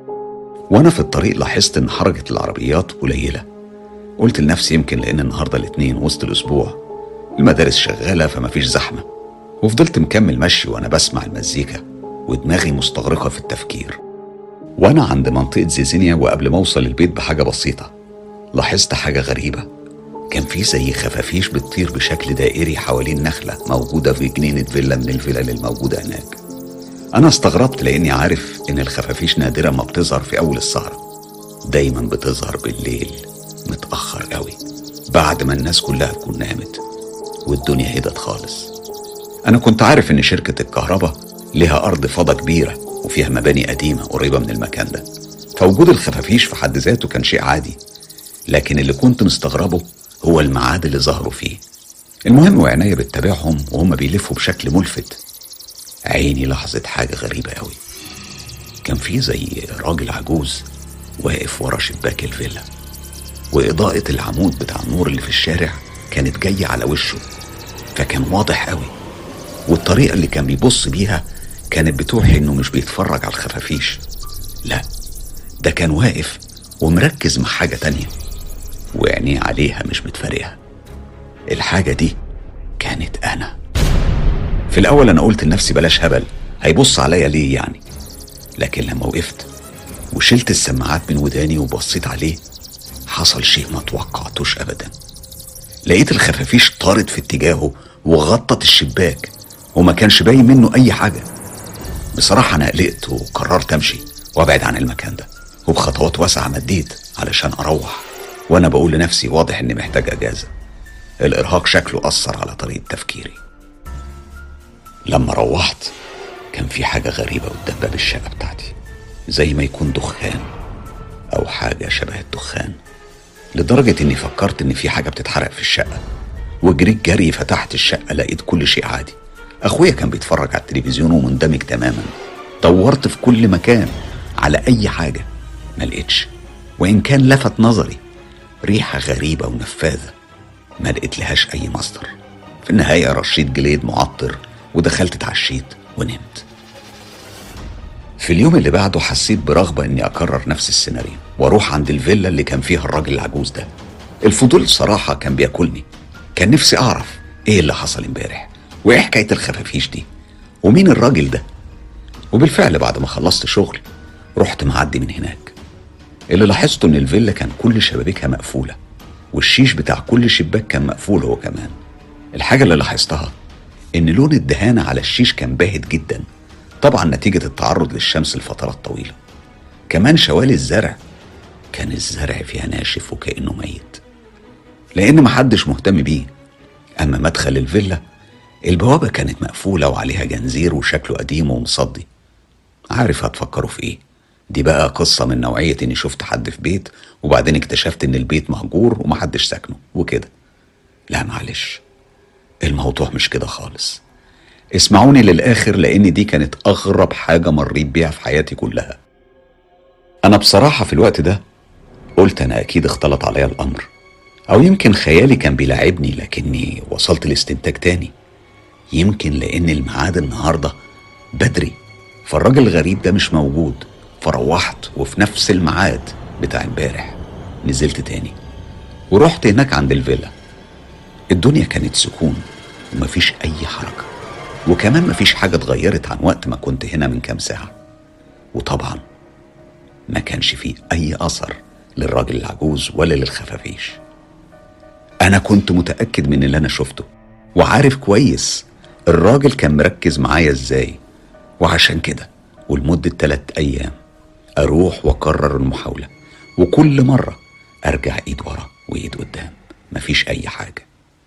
وأنا في الطريق لاحظت إن حركة العربيات قليلة. قلت لنفسي يمكن لأن النهاردة الاثنين وسط الأسبوع، المدارس شغالة فمفيش زحمة. وفضلت مكمل مشي وأنا بسمع المزيكا ودماغي مستغرقة في التفكير. وأنا عند منطقة زيزينيا وقبل ما أوصل البيت بحاجة بسيطة، لاحظت حاجة غريبة. كان في زي خفافيش بتطير بشكل دائري حوالين نخلة موجودة في جنينة فيلا من الفلل الموجودة هناك. أنا استغربت لأني عارف إن الخفافيش نادرا ما بتظهر في أول السهرة، دايما بتظهر بالليل متأخر قوي بعد ما الناس كلها تكون نامت والدنيا هدت خالص. أنا كنت عارف إن شركة الكهرباء لها أرض فضا كبيرة وفيها مباني قديمة قريبة من المكان ده، فوجود الخفافيش في حد ذاته كان شيء عادي. لكن اللي كنت مستغربه هو الميعاد اللي ظهروا فيه. المهم وعناية بتتابعهم وهم بيلفوا بشكل ملفت، عيني لاحظت حاجة غريبة قوي. كان في زي راجل عجوز واقف ورا شباك الفيلا، وإضاءة العمود بتاع النور اللي في الشارع كانت جاية على وشه، فكان واضح قوي. والطريقة اللي كان بيبص بيها كانت بتوحي إنه مش بيتفرج على الخفافيش، لا ده كان واقف ومركز مع حاجة تانية وعينيه عليها مش متفارقة. الحاجة دي كانت أنا. في الأول أنا قلت لنفسي بلاش هبل، هيبص عليا ليه يعني؟ لكن لما وقفت وشلت السماعات من وداني وبصيت عليه، حصل شيء ما توقعتوش أبدا. لقيت الخفافيش طارت في اتجاهه وغطت الشباك وما كانش باين منه أي حاجة. بصراحة أنا قلقت وقررت أمشي وأبعد عن المكان ده، وبخطوات واسعة مديت علشان أروح، وأنا بقول لنفسي واضح إني محتاج أجازة. الإرهاق شكله أثر على طريقة تفكيري. لما روحت كان في حاجة غريبة قدام باب الشقة بتاعتي، زي ما يكون دخان أو حاجة شبه الدخان، لدرجة إني فكرت إن في حاجة بتتحرق في الشقة. وجريت جري فتحت الشقة، لقيت كل شيء عادي. أخويا كان بيتفرج على التلفزيون ومندمج تماما. دورت في كل مكان على أي حاجة ما لقيتش، وإن كان لفت نظري ريحة غريبة ونفاذة ما لقيت لهاش أي مصدر. في النهاية رشيت جليد معطر ودخلت اتعشيت ونمت. في اليوم اللي بعده حسيت برغبة إني أكرر نفس السيناريو وأروح عند الفيلا اللي كان فيها الراجل العجوز ده. الفضول صراحة كان بياكلني، كان نفسي أعرف إيه اللي حصل امبارح وإيه حكاية الخفافيش دي ومين الراجل ده. وبالفعل بعد ما خلصت شغل رحت معدي من هناك. اللي لاحظته إن الفيلا كان كل شبابيكها مقفولة والشيش بتاع كل شباك كان مقفول هو كمان. الحاجة اللي لاحظتها إن لون الدهانة على الشيش كان باهت جدا، طبعا نتيجة التعرض للشمس لفترات طويلة. كمان شوالي الزرع كان الزرع فيها ناشف وكأنه ميت لأن محدش مهتم بيه. أما مدخل الفيلا البوابة كانت مقفولة وعليها جنزير وشكله قديم ومصدي. عارف هتفكروا في إيه؟ دي بقى قصة من نوعية إني شفت حد في بيت وبعدين اكتشفت إن البيت مهجور ومحدش ساكنه وكده. لا معلش، الموضوع مش كده خالص. اسمعوني للآخر لأن دي كانت أغرب حاجة مريت بيها في حياتي كلها. أنا بصراحة في الوقت ده قلت أنا أكيد اختلط عليا الأمر، أو يمكن خيالي كان بيلاعبني لكني وصلت لاستنتاج تاني. يمكن لأن الميعاد النهاردة بدري، فالراجل الغريب ده مش موجود، فروحت وفي نفس الميعاد بتاع امبارح نزلت تاني ورحت هناك عند الفيلا. الدنيا كانت سكون ومفيش أي حركة، وكمان مفيش حاجة اتغيرت عن وقت ما كنت هنا من كام ساعة. وطبعا ما كانش فيه أي أثر للراجل العجوز ولا للخفافيش. أنا كنت متأكد من اللي أنا شفته وعارف كويس الراجل كان مركز معايا إزاي، وعشان كده ولمدة تلات أيام أروح وأكرر المحاولة، وكل مرة أرجع إيد ورا وإيد قدام، مفيش أي حاجة.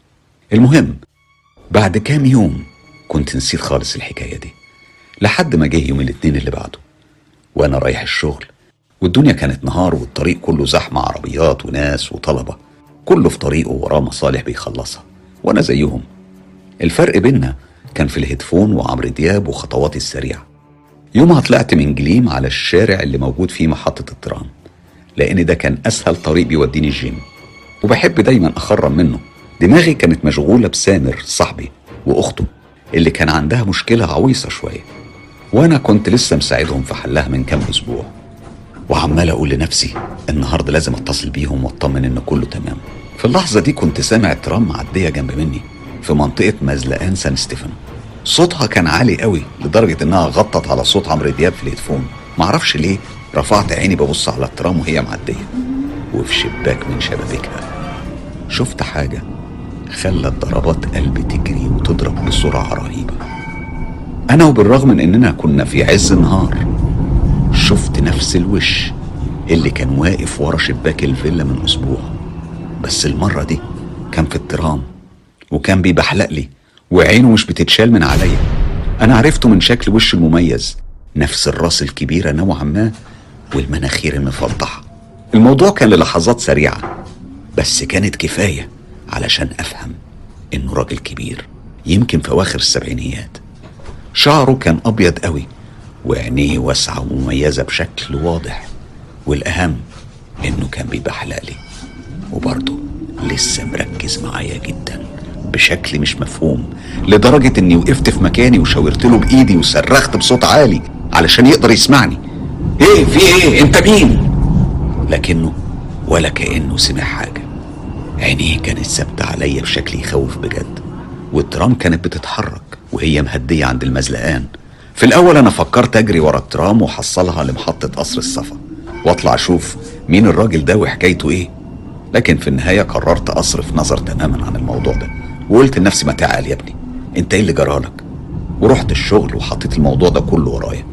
المهم بعد كام يوم كنت نسيت خالص الحكاية دي، لحد ما جه يوم الاثنين اللي بعده وأنا رايح الشغل، والدنيا كانت نهار والطريق كله زحمة، عربيات وناس وطلبة، كله في طريقه وراه مصالح بيخلصها وأنا زيهم. الفرق بينا كان في الهيدفون وعمرو دياب وخطواتي السريعة. يومها طلعت من جليم على الشارع اللي موجود فيه محطة الترام، لأن ده كان أسهل طريق بيوديني الجيم، وبحب دايما أخرم منه. دماغي كانت مشغولة بسامر صاحبي وأخته اللي كان عندها مشكلة عويصة شوية، وأنا كنت لسه مساعدهم في حلها من كام أسبوع، وعمال أقول لنفسي النهاردة لازم أتصل بيهم وأطمن إن كله تمام. في اللحظة دي كنت سامع الترام معدية جنب مني في منطقة مزلقان سان ستيفانو. صوتها كان عالي قوي لدرجة إنها غطت على صوت عمرو دياب في الهيدفون. معرفش ليه رفعت عيني ببص على الترام وهي معدية، وفي شباك من شبابيكها شفت حاجة خلت ضربات قلبي تجري وتضرب بسرعة رهيبة. أنا وبالرغم من إننا كنا في عز النهار شفت نفس الوش اللي كان واقف ورا شباك الفيلا من أسبوع، بس المرة دي كان في الترام وكان بيبحلق لي وعينه مش بتتشال من عليا. أنا عرفته من شكل وشه المميز، نفس الراس الكبيرة نوعا ما والمناخير المفضحة. الموضوع كان للحظات سريعة بس كانت كفاية علشان أفهم إنه راجل كبير يمكن في أواخر السبعينيات. شعره كان أبيض قوي وعينيه واسعة ومميزة بشكل واضح، والأهم إنه كان بيبحلق لي وبرضه لسه مركز معايا جدا بشكل مش مفهوم، لدرجة إني وقفت في مكاني وشاورت له بإيدي وصرخت بصوت عالي علشان يقدر يسمعني: إيه في إيه؟ أنت مين؟ لكنه ولا كأنه سمع حاجة. عينيه كانت ثابتة عليا بشكل يخوف بجد، والترام كانت بتتحرك وهي مهدية عند المزلقان. في الأول أنا فكرت أجري ورا الترام وحصلها لمحطة قصر الصفا وأطلع أشوف مين الراجل ده وحكايته إيه، لكن في النهاية قررت أصرف نظر تماما عن الموضوع ده، وقلت لنفسي: ما تعال يا ابني، أنت إيه اللي جرالك؟ ورحت الشغل وحطيت الموضوع ده كله ورايا.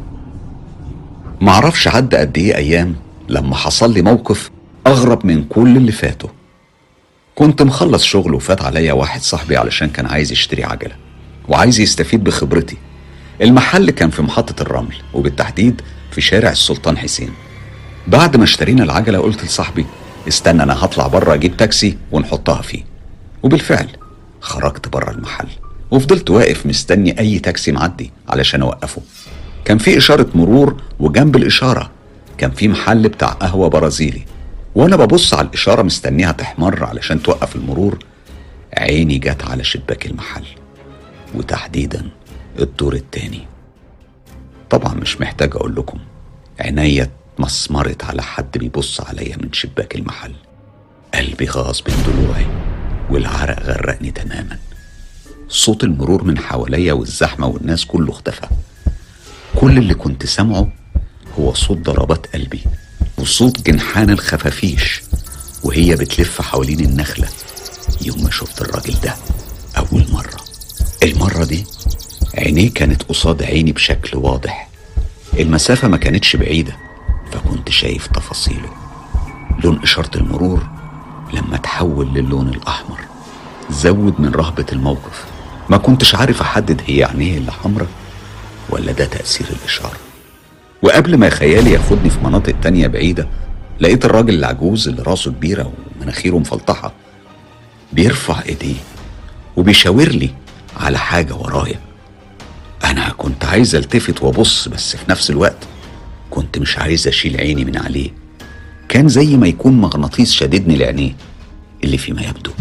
معرفش عدى قد إيه أيام لما حصل لي موقف أغرب من كل اللي فاتوا. كنت مخلص شغل وفات عليا واحد صاحبي علشان كان عايز يشتري عجلة وعايز يستفيد بخبرتي. المحل كان في محطة الرمل وبالتحديد في شارع السلطان حسين. بعد ما اشترينا العجلة قلت لصاحبي: استنى أنا هطلع بره أجيب تاكسي ونحطها فيه. وبالفعل خرجت بره المحل وفضلت واقف مستني أي تاكسي معدي علشان أوقفه. كان في إشارة مرور وجنب الإشارة كان في محل بتاع قهوة برازيلي، وأنا ببص على الإشارة مستنيها تحمر علشان توقف المرور، عيني جت على شباك المحل وتحديدا الدور التاني. طبعا مش محتاج أقول لكم عينيا اتمسمرت على حد بيبص عليا من شباك المحل. قلبي غاص بين ضلوعي والعرق غرقني تماما. صوت المرور من حواليا والزحمة والناس كله اختفى. كل اللي كنت سمعه هو صوت ضربات قلبي وصوت جنحان الخفافيش وهي بتلف حوالين النخلة يوم ما شفت الراجل ده أول مرة. المرة دي عينيه كانت قصاد عيني بشكل واضح، المسافة ما كانتش بعيدة فكنت شايف تفاصيله. لون إشارة المرور لما تحول للون الأحمر زود من رهبة الموقف. ما كنتش عارف أحدد هي عينيه اللي حمرة ولا ده تأثير الإشارة. وقبل ما خيالي ياخدني في مناطق تانية بعيدة لقيت الراجل العجوز اللي راسه كبيرة ومناخيره مفلطحة بيرفع ايديه وبيشاور لي على حاجة ورايا. أنا كنت عايز التفت وابص بس في نفس الوقت كنت مش عايز أشيل عيني من عليه. كان زي ما يكون مغناطيس شددني لعينيه. اللي فيما يبدو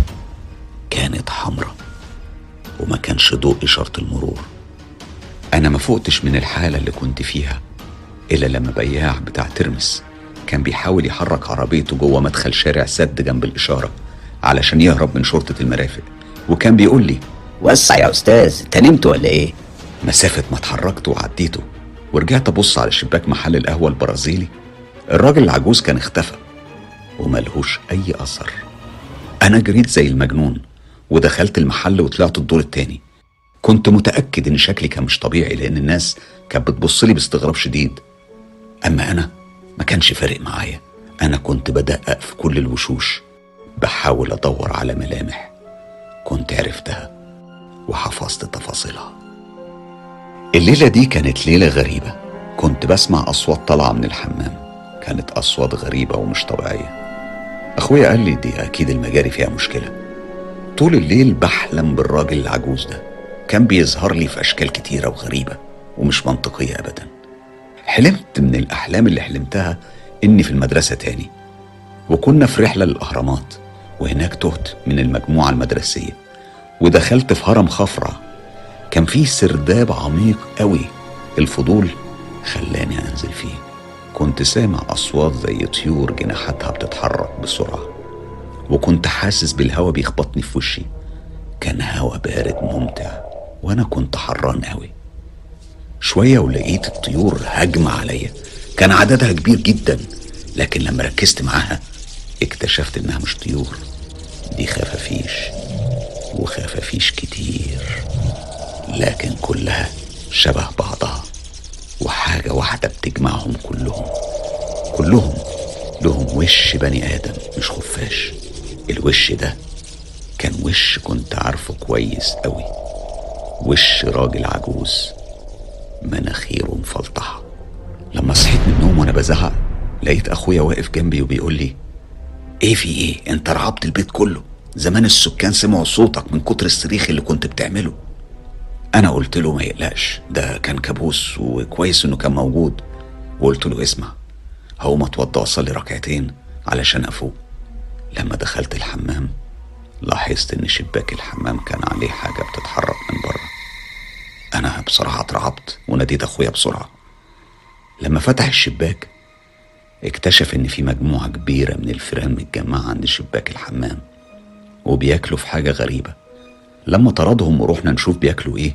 كانت حمراء وما كانش ضوء إشارة المرور. أنا ما فقتش من الحالة اللي كنت فيها إلا لما بياع بتاع ترمس كان بيحاول يحرك عربيته جوه مدخل شارع سد جنب الإشارة علشان يهرب من شرطة المرافق، وكان بيقول لي: وسع يا أستاذ، انت نمت ولا إيه؟ مسافة ما اتحركت وعديته ورجعت أبص على شباك محل القهوة البرازيلي، الراجل العجوز كان اختفى وملهوش أي أثر. أنا جريت زي المجنون ودخلت المحل وطلعت الدور التاني. كنت متأكد إن شكلي كان مش طبيعي لأن الناس كانت بتبصلي باستغراب شديد. أما أنا ما كانش فارق معايا، أنا كنت بدقق في كل الوشوش بحاول أدور على ملامح كنت عرفتها وحفظت تفاصيلها. الليلة دي كانت ليلة غريبة. كنت بسمع أصوات طالعة من الحمام، كانت أصوات غريبة ومش طبيعية. أخويا قال لي دي أكيد المجاري فيها مشكلة. طول الليل بحلم بالراجل العجوز ده، كان بيظهر لي في أشكال كتيرة وغريبة ومش منطقية أبدا. حلمت من الأحلام اللي حلمتها إني في المدرسة تاني، وكنا في رحلة للأهرامات، وهناك تهت من المجموعة المدرسية ودخلت في هرم خفرع كان فيه سرداب عميق قوي. الفضول خلاني أنزل فيه. كنت سامع أصوات زي طيور جناحاتها بتتحرك بسرعة، وكنت حاسس بالهوا بيخبطني في وشي. كان هوا بارد ممتع وأنا كنت حران قوي. شوية ولقيت الطيور هجمة عليا، كان عددها كبير جدا، لكن لما ركزت معاها اكتشفت إنها مش طيور، دي خفافيش، وخفافيش كتير لكن كلها شبه بعضها، وحاجة واحدة بتجمعهم كلهم. كلهم لهم وش بني آدم مش خفاش. الوش ده كان وش كنت عارفه كويس قوي، وش راجل عجوز مناخيره مفلطحة. لما صحيت من النوم وانا بزعق لقيت اخويا واقف جنبي وبيقول لي: ايه في ايه؟ انت رعبت البيت كله، زمان السكان سمعوا صوتك من كتر الصريخ اللي كنت بتعمله. انا قلت له ما يقلقش، ده كان كابوس وكويس انه كان موجود. وقلت له: اسمع، هقوم اتوضى واصلي ركعتين علشان افوق. لما دخلت الحمام لاحظت ان شباك الحمام كان عليه حاجة بتتحرك من بره. انا بصراحة اترعبت وناديت اخويا بسرعة. لما فتح الشباك اكتشف ان في مجموعة كبيرة من الفئران متجمعة عند شباك الحمام وبياكلوا في حاجة غريبة. لما طردهم ورحنا نشوف بياكلوا ايه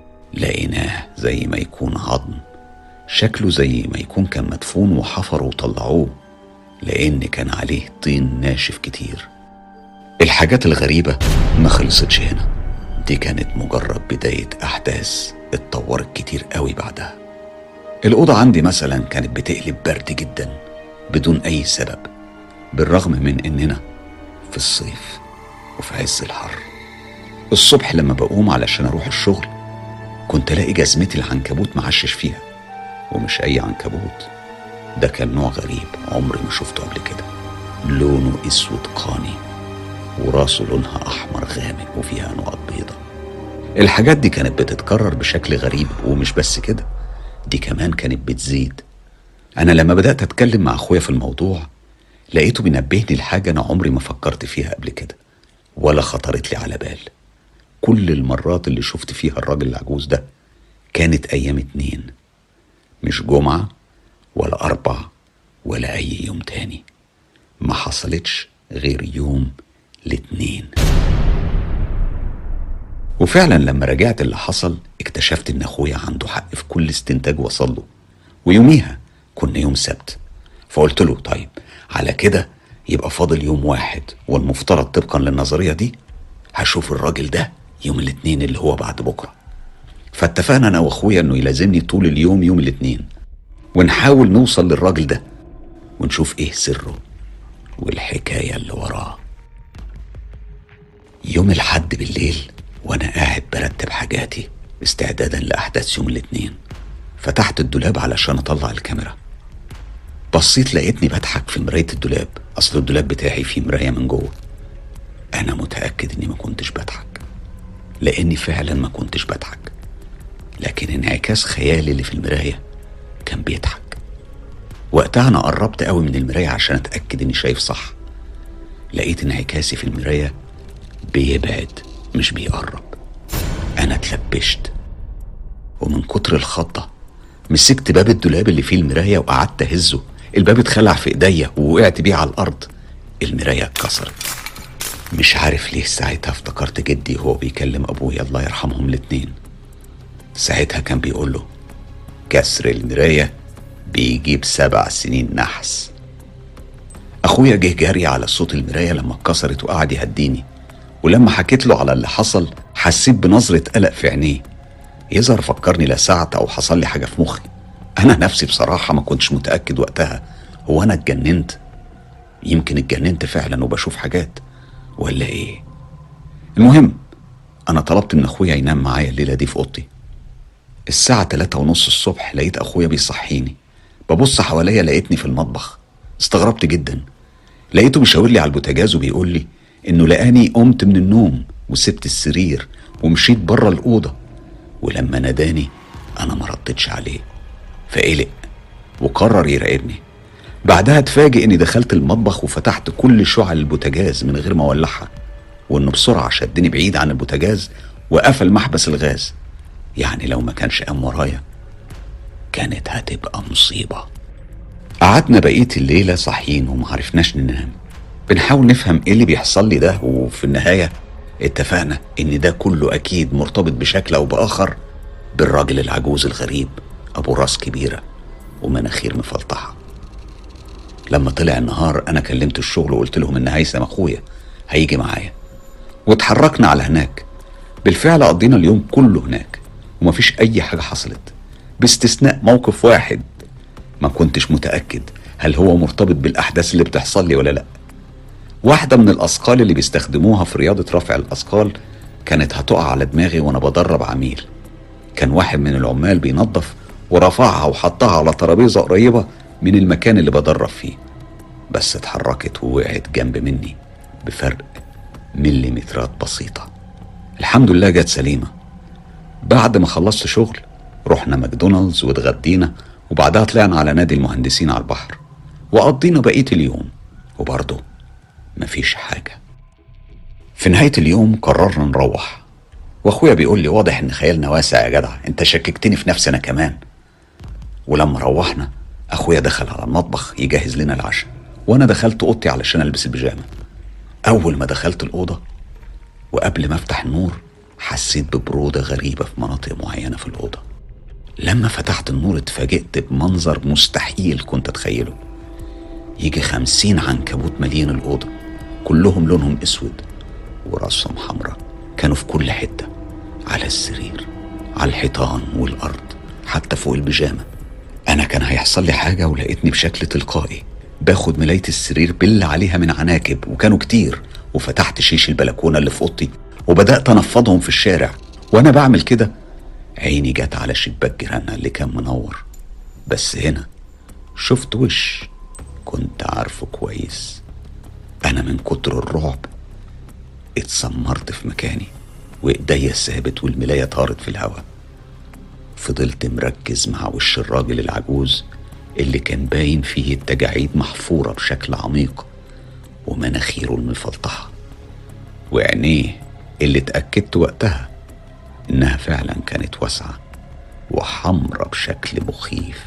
لقيناه زي ما يكون عظم، شكله زي ما يكون كان مدفون وحفروا وطلعوه لان كان عليه طين ناشف كتير. الحاجات الغريبة ما خلصتش هنا، دي كانت مجرد بداية احداث اتطورت كتير قوي بعدها. الأوضة عندي مثلا كانت بتقلب برد جدا بدون أي سبب، بالرغم من إننا في الصيف وفي عز الحر. الصبح لما بقوم علشان أروح الشغل كنت ألاقي جزمتي العنكبوت معشش فيها، ومش أي عنكبوت، ده كان نوع غريب عمري ما شفته قبل كده، لونه أسود قاني وراسه لونها أحمر غامق وفيها نقط بيضة. الحاجات دي كانت بتتكرر بشكل غريب، ومش بس كده، دي كمان كانت بتزيد. أنا لما بدأت أتكلم مع أخويا في الموضوع لقيته بينبهني لحاجة أنا عمري ما فكرت فيها قبل كده ولا خطرت لي على بال. كل المرات اللي شفت فيها الراجل العجوز ده كانت أيام اتنين، مش جمعة ولا أربع ولا أي يوم تاني، ما حصلتش غير يوم الاتنين. وفعلا لما رجعت اللي حصل اكتشفت ان اخويا عنده حق في كل استنتاج وصله. ويوميها كنا يوم سبت، فقلت له: طيب على كده يبقى فاضل يوم واحد، والمفترض طبقا للنظرية دي هشوف الراجل ده يوم الاثنين اللي هو بعد بكرة. فاتفقنا انا واخويا انه يلازمني طول اليوم يوم الاثنين ونحاول نوصل للراجل ده ونشوف ايه سره والحكاية اللي وراه. يوم الحد بالليل وانا قاعد برتب حاجاتي استعدادا لاحداث يوم الاثنين فتحت الدولاب علشان اطلع الكاميرا. بصيت لقيتني بضحك في مراية الدولاب، اصل الدولاب بتاعي فيه مراية من جوه. انا متأكد اني ما كنتش بضحك لاني فعلا ما كنتش بضحك، لكن انعكاس خيالي اللي في المراية كان بيضحك. وقتها انا قربت قوي من المراية عشان اتأكد اني شايف صح. لقيت انعكاسي في المراية بيبعد مش بيقرب. انا اتلبشت، ومن كتر الخضة مسكت باب الدولاب اللي فيه المراية وقعدت اهزه. الباب اتخلع في ايديا ووقعت بيه على الارض. المراية اتكسرت. مش عارف ليه ساعتها افتكرت جدي وهو بيكلم ابويا الله يرحمهم الاتنين. ساعتها كان بيقول له كسر المراية بيجيب سبع سنين نحس. اخويا جه جاري على صوت المراية لما اتكسرت وقعد يهديني، ولما حكيت له على اللي حصل حسيت بنظرة قلق في عينيه. يظهر فكرني لا ساعة او حصل لي حاجة في مخي. انا نفسي بصراحة ما كنتش متأكد وقتها، هو انا اتجننت؟ يمكن اتجننت فعلا وبشوف حاجات ولا ايه؟ المهم انا طلبت من اخويا ينام معايا الليلة دي في اوضتي. الساعة تلاتة ونص الصبح لقيت اخويا بيصحيني. ببص حواليا لقيتني في المطبخ. استغربت جدا. لقيته بيشاور لي على البوتاجاز وبيقول لي انه لقاني قمت من النوم وسبت السرير ومشيت بره الأوضة، ولما ناداني انا ما ردتش عليه فقلق وقرر يراقبني. بعدها اتفاجئ اني دخلت المطبخ وفتحت كل شعل البوتاجاز من غير ما اولعها، وانه بسرعة شدني بعيد عن البوتاجاز وقفل محبس الغاز. يعني لو ما كانش قام ورايا كانت هتبقى مصيبة. قعدنا بقية الليلة صاحيين ومعرفناش ننام، بنحاول نفهم ايه اللي بيحصل لي ده، وفي النهاية اتفقنا ان ده كله اكيد مرتبط بشكل او باخر بالراجل العجوز الغريب ابو راس كبيرة ومناخير مفلطحة. لما طلع النهار انا كلمت الشغل وقلت لهم ان هيثم اخويا هيجي معايا، واتحركنا على هناك. بالفعل قضينا اليوم كله هناك ومفيش اي حاجة حصلت باستثناء موقف واحد ما كنتش متأكد هل هو مرتبط بالاحداث اللي بتحصل لي ولا لا. واحدة من الاثقال اللي بيستخدموها في رياضة رفع الاثقال كانت هتقع على دماغي وانا بدرب عميل. كان واحد من العمال بينظف ورفعها وحطها على ترابيزة قريبة من المكان اللي بدرب فيه، بس اتحركت ووقعت جنب مني بفرق مليمترات بسيطة. الحمد لله جت سليمة. بعد ما خلصت شغل رحنا ماكدونالدز واتغدينا، وبعدها طلعنا على نادي المهندسين على البحر وقضينا بقية اليوم، وبرضه مفيش حاجة. في نهاية اليوم قررنا نروح، واخويا بيقول لي واضح ان خيالنا واسع يا جدع، انت شككتني في نفسي انا كمان. ولما روحنا اخويا دخل على المطبخ يجهز لنا العشاء، وانا دخلت اوضتي علشان البس البيجامه. اول ما دخلت الاوضه وقبل ما افتح النور حسيت ببروده غريبه في مناطق معينه في الاوضه. لما فتحت النور اتفاجئت بمنظر مستحيل كنت اتخيله. يجي خمسين عنكبوت مالين الاوضه، كلهم لونهم اسود وراسهم حمراء. كانوا في كل حته، على السرير، على الحيطان والارض، حتى فوق البيجامه. انا كان هيحصل لي حاجه ولقيتني بشكل تلقائي باخد ملاية السرير بل عليها من عناكب، وكانوا كتير، وفتحت شيش البلكونه اللي في اوضتي وبدات انفضهم في الشارع. وانا بعمل كده عيني جت على شباك جيراننا اللي كان منور، بس هنا شفت وش كنت عارفه كويس. انا من كتر الرعب اتسمرت في مكاني وايديا ثابت والملاية طارت في الهواء. فضلت مركز مع وش الراجل العجوز اللي كان باين فيه التجاعيد محفورة بشكل عميق، ومناخيره المفلطحة، وعينيه اللي اتأكدت وقتها انها فعلا كانت واسعة وحمرة بشكل مخيف.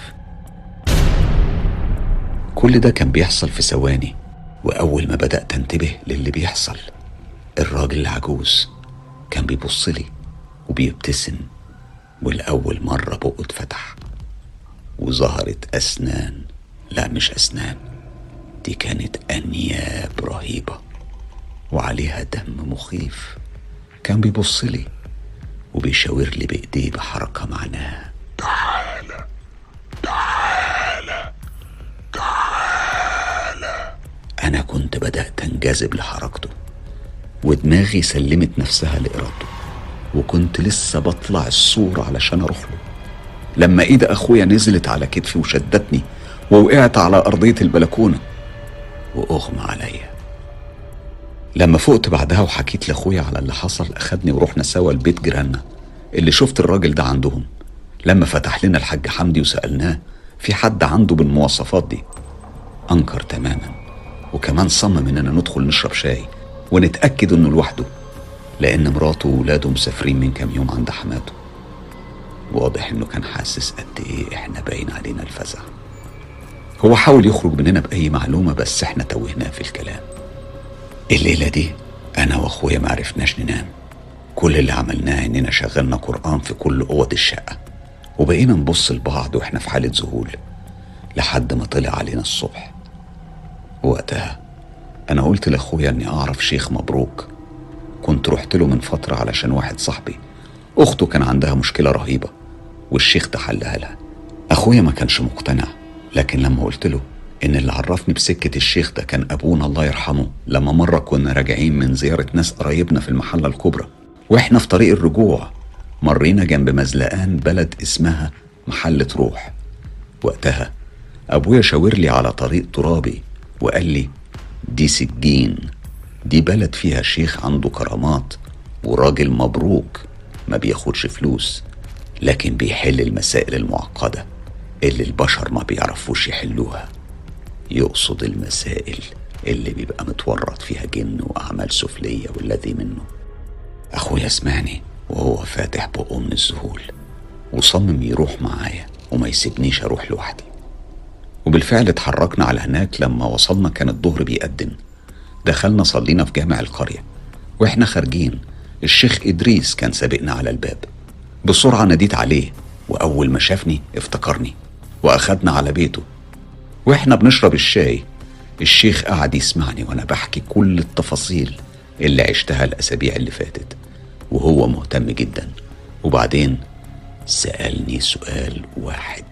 كل ده كان بيحصل في ثواني، واول ما بدأت انتبه للي بيحصل الراجل العجوز كان بيبصلي وبيبتسم، والأول مرة بقه اتفتح وظهرت أسنان. لا مش أسنان، دي كانت أنياب رهيبة وعليها دم مخيف. كان بيبصلي وبيشاور لي بإيديه بحركة معناها تعالى تعالى تعالى. أنا كنت بدأت أنجذب لحركته ودماغي سلمت نفسها لإرادته، وكنت لسه بطلع السور علشان اروح له لما ايد اخويا نزلت على كتفي وشدتني ووقعت على ارضية البلكونة واغمى عليا. لما فقت بعدها وحكيت لاخويا على اللي حصل اخدني ورحنا سوا البيت جيراننا اللي شفت الراجل ده عندهم. لما فتح لنا الحاج حمدي وسألناه في حد عنده بالمواصفات دي انكر تماما وكمان صمم اننا ندخل نشرب شاي ونتأكد انه لوحده، لان مراته وولاده مسافرين من كام يوم عند حماته. واضح انه كان حاسس قد ايه احنا باين علينا الفزع. هو حاول يخرج مننا بأي معلومة بس احنا توهناه في الكلام. الليلة دي انا واخويا معرفناش ننام. كل اللي عملناه اننا شغلنا قرآن في كل اوض الشقة، وبقينا نبص لبعض واحنا في حالة ذهول لحد ما طلع علينا الصبح. وقتها انا قلت لاخويا اني اعرف شيخ مبروك، كنت رحت له من فترة علشان واحد صاحبي اخته كان عندها مشكلة رهيبة والشيخ ده حلها لها. اخويا ما كانش مقتنع، لكن لما قلت له ان اللي عرفني بسكة الشيخ ده كان ابونا الله يرحمه، لما مرة كنا راجعين من زيارة ناس قرايبنا في المحلة الكبرى، واحنا في طريق الرجوع مرينا جنب مزلقان بلد اسمها محلة روح. وقتها ابويا شاور لي على طريق ترابي وقال لي دي سجين، دي بلد فيها شيخ عنده كرامات وراجل مبروك ما بياخدش فلوس، لكن بيحل المسائل المعقدة اللي البشر ما بيعرفوش يحلوها. يقصد المسائل اللي بيبقى متورط فيها جن وأعمال سفلية والذي منه. أخويا سمعني وهو فاتح بقه من الذهول، وصمم يروح معايا وما يسيبنيش أروح لوحدي. وبالفعل اتحركنا على هناك. لما وصلنا كان الظهر بيقدم. دخلنا صلينا في جامع القرية، واحنا خارجين الشيخ إدريس كان سابقنا على الباب. بسرعة ناديت عليه، وأول ما شافني افتكرني وأخدنا على بيته. واحنا بنشرب الشاي الشيخ قعد يسمعني وانا بحكي كل التفاصيل اللي عشتها الأسابيع اللي فاتت، وهو مهتم جدا. وبعدين سألني سؤال واحد: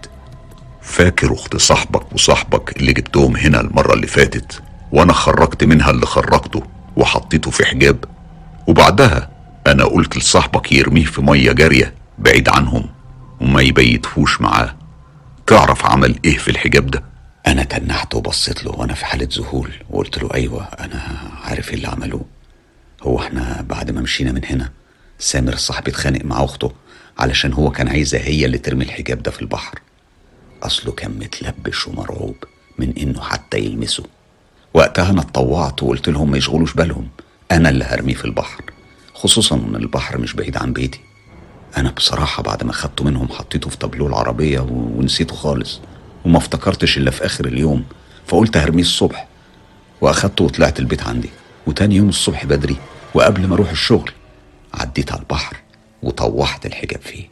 فاكر اخت صاحبك وصاحبك اللي جبتهم هنا المرة اللي فاتت وانا خرجت منها اللي خرجته وحطيته في حجاب، وبعدها انا قلت لصاحبك يرميه في مية جارية بعيد عنهم وما يبيتفوش معاه؟ تعرف عمل ايه في الحجاب ده؟ انا تنحت وبصيت له وانا في حالة ذهول وقلت له ايوه انا عارف اللي عملوه. هو احنا بعد ما مشينا من هنا سامر صاحبي اتخانق مع اخته علشان هو كان عايزة هي اللي ترمي الحجاب ده في البحر. اصله كان متلبش ومرعوب من انه حتى يلمسه. وقتها انا اتطوعت وقلت لهم ما يشغلوش بالهم، انا اللي هرميه في البحر، خصوصا ان البحر مش بعيد عن بيتي. انا بصراحة بعد ما خدته منهم حطيته في تابلوه العربية ونسيته خالص، وما افتكرتش الا في اخر اليوم، فقلت هرميه الصبح. واخدته وطلعت البيت عندي، وتاني يوم الصبح بدري وقبل ما اروح الشغل عديت على البحر وطوحت الحجاب فيه.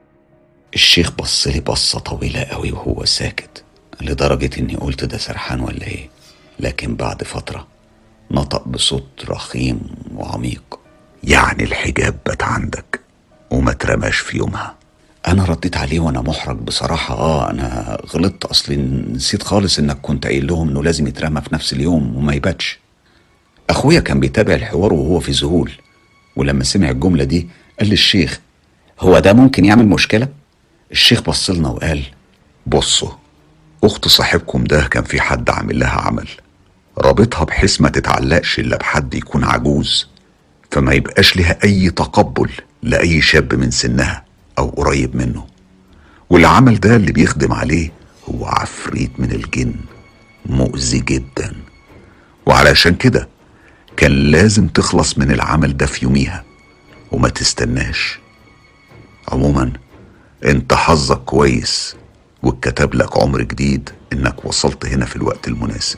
الشيخ بصلي بصة طويلة قوي وهو ساكت، لدرجة اني قلت ده سرحان ولا ايه. لكن بعد فترة نطق بصوت رخيم وعميق: يعني الحجاب بات عندك وما ترماش في يومها؟ انا رديت عليه وانا محرج بصراحة. اه انا غلطت، اصلي نسيت خالص انك كنت قايل لهم انه لازم يترمى في نفس اليوم وما يباتش. اخويا كان بيتابع الحوار وهو في ذهول، ولما سمع الجملة دي قال للشيخ: هو ده ممكن يعمل مشكلة؟ الشيخ بصلنا وقال: بصوا، اخت صاحبكم ده كان في حد عامل لها عمل رابطها بحيث ما تتعلقش الا بحد يكون عجوز، فما يبقاش لها اي تقبل لاي شاب من سنها او قريب منه. والعمل ده اللي بيخدم عليه هو عفريت من الجن مؤذي جدا، وعلشان كده كان لازم تخلص من العمل ده في يوميها وما تستناش. عموما انت حظك كويس واتكتب لك عمر جديد انك وصلت هنا في الوقت المناسب.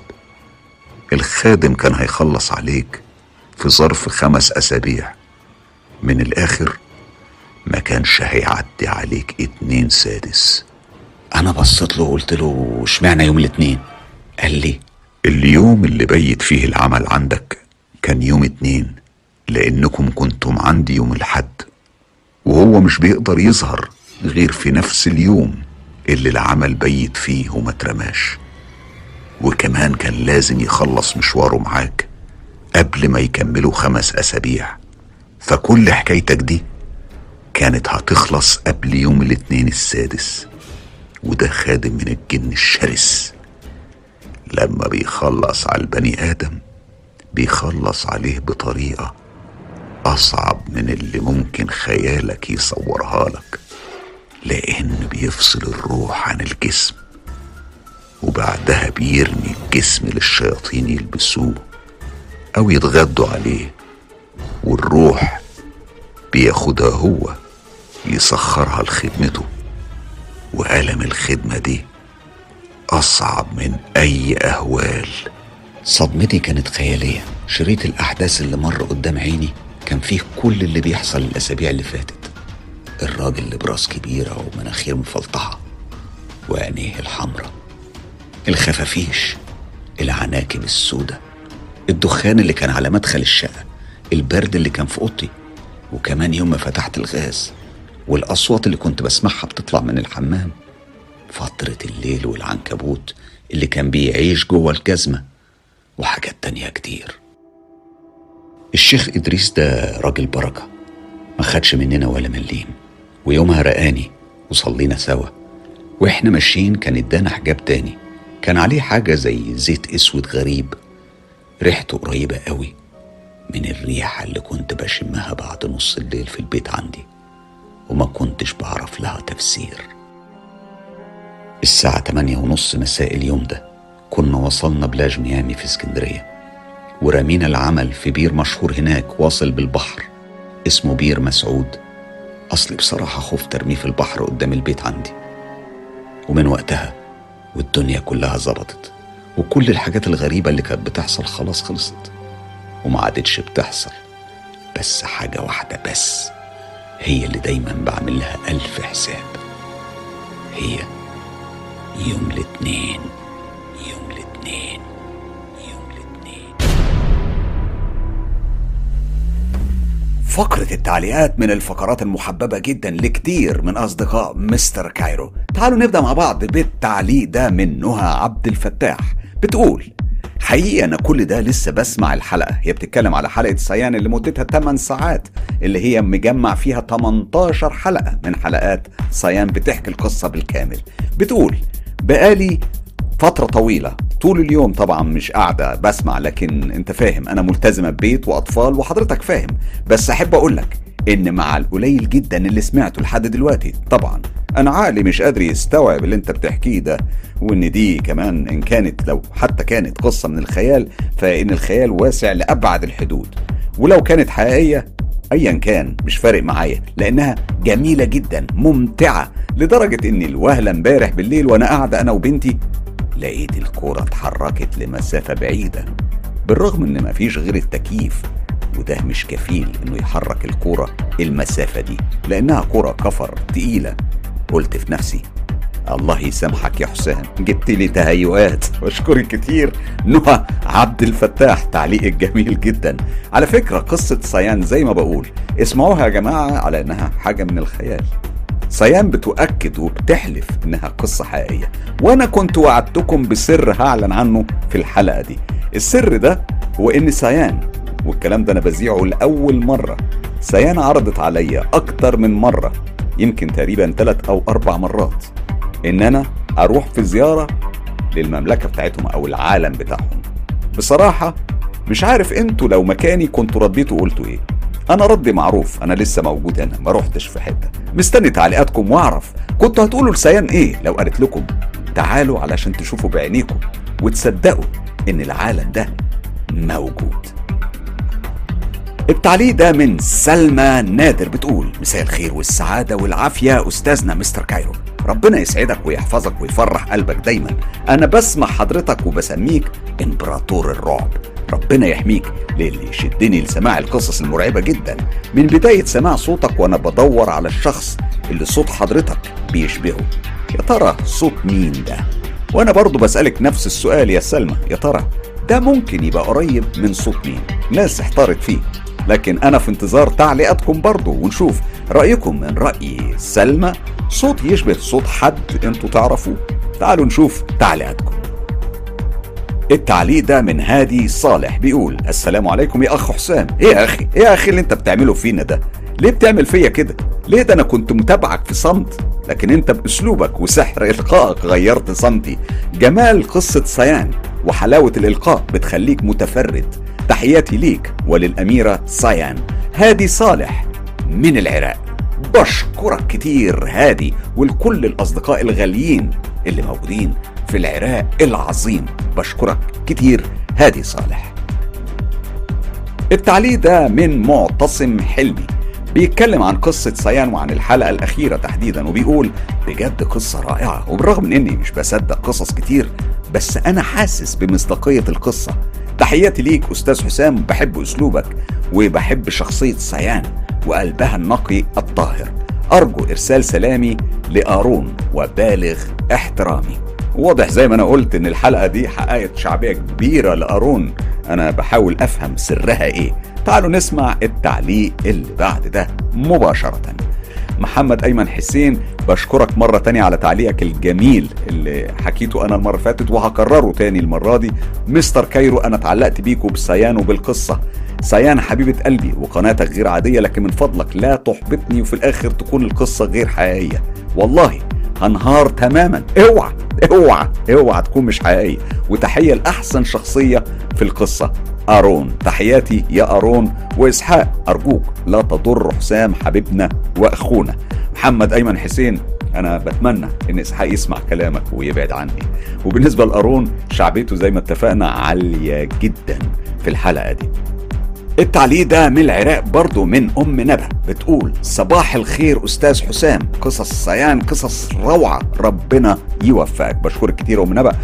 الخادم كان هيخلص عليك في ظرف خمس اسابيع، من الاخر ما كانش هيعدي عليك اتنين سادس. انا بصيت له وقلت له: اشمعنى يوم الاتنين؟ قال لي: اليوم اللي بيت فيه العمل عندك كان يوم اتنين، لانكم كنتم عندي يوم الحد، وهو مش بيقدر يظهر غير في نفس اليوم اللي العمل بيت فيه وما ترماش. وكمان كان لازم يخلص مشواره معاك قبل ما يكملوا خمس اسابيع، فكل حكايتك دي كانت هتخلص قبل يوم الاثنين السادس. وده خادم من الجن الشرس، لما بيخلص على البني ادم بيخلص عليه بطريقة اصعب من اللي ممكن خيالك يصورها لك، لان بيفصل الروح عن الجسم وبعدها بيرمي الجسم للشياطين يلبسوه أو يتغدوا عليه، والروح بياخدها هو يسخرها لخدمته. وألم الخدمة دي أصعب من أي أهوال. صدمتي كانت خيالية. شريط الأحداث اللي مر قدام عيني كان فيه كل اللي بيحصل الأسابيع اللي فاتت. الراجل اللي براس كبيرة ومناخير مفلطحة وعينيه الحمراء، الخفافيش، العناكب السوداء، الدخان اللي كان على مدخل الشقة، البرد اللي كان في أوضتي، وكمان يوم ما فتحت الغاز، والأصوات اللي كنت بسمعها بتطلع من الحمام، فترة الليل والعنكبوت اللي كان بيعيش جوه الجزمة، وحاجات تانية كتير. الشيخ إدريس ده راجل بركة، ما خدش مننا ولا مليم، ويومها رقاني وصلينا سوا. واحنا ماشيين كان ادانا حجاب تاني، كان عليه حاجة زي زيت اسود غريب، ريحته قريبة قوي من الريحة اللي كنت بشمها بعد نص الليل في البيت عندي، وما كنتش بعرف لها تفسير. الساعة تمانية ونص مساء اليوم ده كنا وصلنا بلاج ميامي في اسكندرية، ورمينا العمل في بير مشهور هناك واصل بالبحر اسمه بير مسعود. أصلي بصراحة خفت أرميه في البحر قدام البيت عندي. ومن وقتها والدنيا كلها ظبطت، وكل الحاجات الغريبة اللي كانت بتحصل خلاص خلصت وما عادتش بتحصل. بس حاجة واحدة بس هي اللي دايما بعمل لها ألف حساب، هي يوم الاثنين. يوم الاثنين يوم الاثنين فقرة التعليقات من الفقرات المحببة جدا لكتير من أصدقاء مستر كايرو. تعالوا نبدأ مع بعض بالتعليق ده من نهى عبد الفتاح. بتقول: حقيقة أنا كل ده لسه بسمع الحلقة. هي بتتكلم على حلقة صيان اللي مدتها ثماني ساعات، اللي هي مجمع فيها تمنتاشر حلقة من حلقات صيان بتحكي القصة بالكامل. بتقول: بقالي فترة طويلة طول اليوم طبعا مش قاعدة بسمع، لكن انت فاهم انا ملتزمة ببيت واطفال وحضرتك فاهم، بس احب اقولك ان مع القليل جدا اللي سمعته لحد دلوقتي طبعا انا عقلي مش قادر يستوعب اللي انت بتحكيه ده، وان دي كمان ان كانت لو حتى كانت قصة من الخيال فان الخيال واسع لابعد الحدود، ولو كانت حقيقية ايا كان مش فارق معايا، لانها جميلة جدا ممتعة لدرجة ان الوهلة امبارح بالليل وانا قاعدة انا وبنتي لقيت الكورة اتحركت لمسافة بعيدة، بالرغم ان مفيش غير التكييف، وده مش كفيل انه يحرك الكورة المسافة دي لانها كورة كفر تقيلة. قلت في نفسي الله يسامحك يا حسام، جبت لي تهيؤات. واشكرك كتير نهى عبد الفتاح، تعليقك جميل جدا. على فكرة قصة صيان زي ما بقول اسمعوها يا جماعة على انها حاجة من الخيال. صيان بتؤكد وبتحلف انها قصة حقيقية، وانا كنت وعدتكم بسر هعلن عنه في الحلقة دي. السر ده هو ان صيان، والكلام ده انا بذيعه لأول مرة، صيان عرضت عليا اكتر من مرة، يمكن تقريبا ثلاث او اربع مرات، ان انا اروح في زيارة للمملكة بتاعتهم او العالم بتاعهم. بصراحة مش عارف انتوا لو مكاني كنتوا رديتوا قلتوا ايه. انا ردي معروف، انا لسه موجود هنا ما روحتش في حتة، مستني تعليقاتكم واعرف كنتوا هتقولوا لصيان ايه لو قالت لكم تعالوا علشان تشوفوا بعينيكم وتصدقوا ان العالم ده موجود. التعليق ده من سلمى نادر. بتقول: مساء الخير والسعادة والعافية أستاذنا مستر كايرو، ربنا يسعدك ويحفظك ويفرح قلبك دايما. أنا بسمع حضرتك وبسميك إمبراطور الرعب، ربنا يحميك، للي يشدني لسماع القصص المرعبة جدا من بداية سماع صوتك وأنا بدور على الشخص اللي صوت حضرتك بيشبهه. يا ترى صوت مين ده؟ وأنا برضو بسألك نفس السؤال يا سلمى، يا ترى ده ممكن يبقى قريب من صوت مين؟ ناس احتارت فيه، لكن أنا في انتظار تعليقاتكم برضو ونشوف رأيكم. من رأي سلمى صوت يشبه صوت حد انتوا تعرفوه. تعالوا نشوف تعليقاتكم. التعليق ده من هادي صالح. بيقول: السلام عليكم يا أخ حسام. ايه يا أخي ايه يا أخي اللي انت بتعمله فينا ده؟ ليه بتعمل فيا كده؟ ليه؟ ده أنا كنت متابعك في صمت، لكن انت بأسلوبك وسحر إلقائك غيرت صمتي. جمال قصة صيان وحلاوة الإلقاء بتخليك متفرد. تحياتي ليك وللأميرة صيان. هادي صالح من العراق. بشكرك كتير هادي، ولكل الأصدقاء الغاليين اللي موجودين في العراق العظيم. بشكرك كتير هادي صالح. التعليق ده من معتصم حلمي، بيتكلم عن قصة صيان وعن الحلقة الأخيرة تحديدا، وبيقول بجد قصة رائعة، وبالرغم من إني مش بصدق قصص كتير بس أنا حاسس بمصداقية القصة. تحياتي ليك أستاذ حسام، بحب أسلوبك وبحب شخصية صيان وقلبها النقي الطاهر. أرجو إرسال سلامي لآرون وبالغ احترامي. واضح زي ما أنا قلت إن الحلقة دي حققت شعبية كبيرة لآرون، أنا بحاول أفهم سرها إيه. تعالوا نسمع التعليق اللي بعد ده مباشرة. محمد أيمن حسين، بشكرك مرة تانية على تعليقك الجميل اللي حكيته أنا المرة فاتت وهكرره تاني المرة دي. مستر كايرو، أنا اتعلقت بيكو بصيان وبالقصة. صيان حبيبة قلبي وقناتك غير عادية، لكن من فضلك لا تحبطني وفي الآخر تكون القصة غير حقيقية. والله هنهار تماما، اوعى اوعى اوعى تكون مش حقيقية. وتحية لأحسن شخصية في القصة آرون. تحياتي يا آرون وإسحاق، أرجوك لا تضر حسام حبيبنا وأخونا. محمد أيمن حسين، أنا بتمنى إن إسحاق يسمع كلامك ويبعد عني. وبالنسبة لآرون، شعبيته زي ما اتفقنا عالية جدا في الحلقة دي. التعليق ده من العراق برضو من أم نبا، بتقول صباح الخير أستاذ حسام، قصص صيان قصص روعة، ربنا يوفقك. بشكرك كتير أم نبا،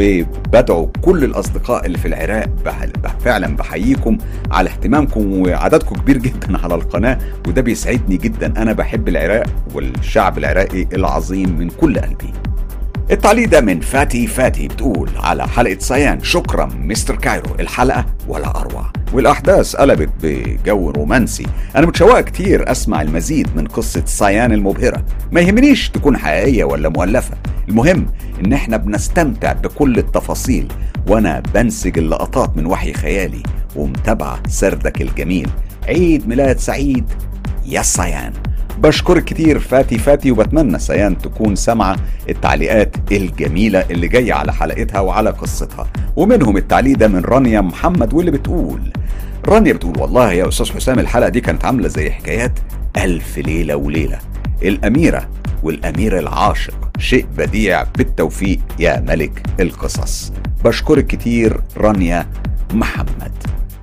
وبدعو كل الأصدقاء اللي في العراق فعلا بحييكم على اهتمامكم، وعددكم كبير جدا على القناة وده بيسعدني جدا. أنا بحب العراق والشعب العراقي العظيم من كل قلبي. التعليق ده من فاتي فاتي، بتقول على حلقة صيان شكرا مستر كايرو، الحلقة ولا أروع والأحداث قلبت بجو رومانسي. أنا متشوقة كتير أسمع المزيد من قصة صيان المبهرة، ما يهمنيش تكون حقيقية ولا مؤلفة، المهم إن احنا بنستمتع بكل التفاصيل، وأنا بنسج اللقطات من وحي خيالي ومتابعة سردك الجميل. عيد ميلاد سعيد يا صيان. بشكرك كتير فاتي فاتي، وبتمنى صيان تكون سمعة التعليقات الجميلة اللي جاية على حلقتها وعلى قصتها. ومنهم التعليق ده من رانيا محمد، واللي بتقول رانيا بتقول والله يا أستاذ حسام الحلقة دي كانت عاملة زي حكايات ألف ليلة وليلة، الأميرة والأمير العاشق، شيء بديع، بالتوفيق يا ملك القصص. بشكرك كتير رانيا محمد.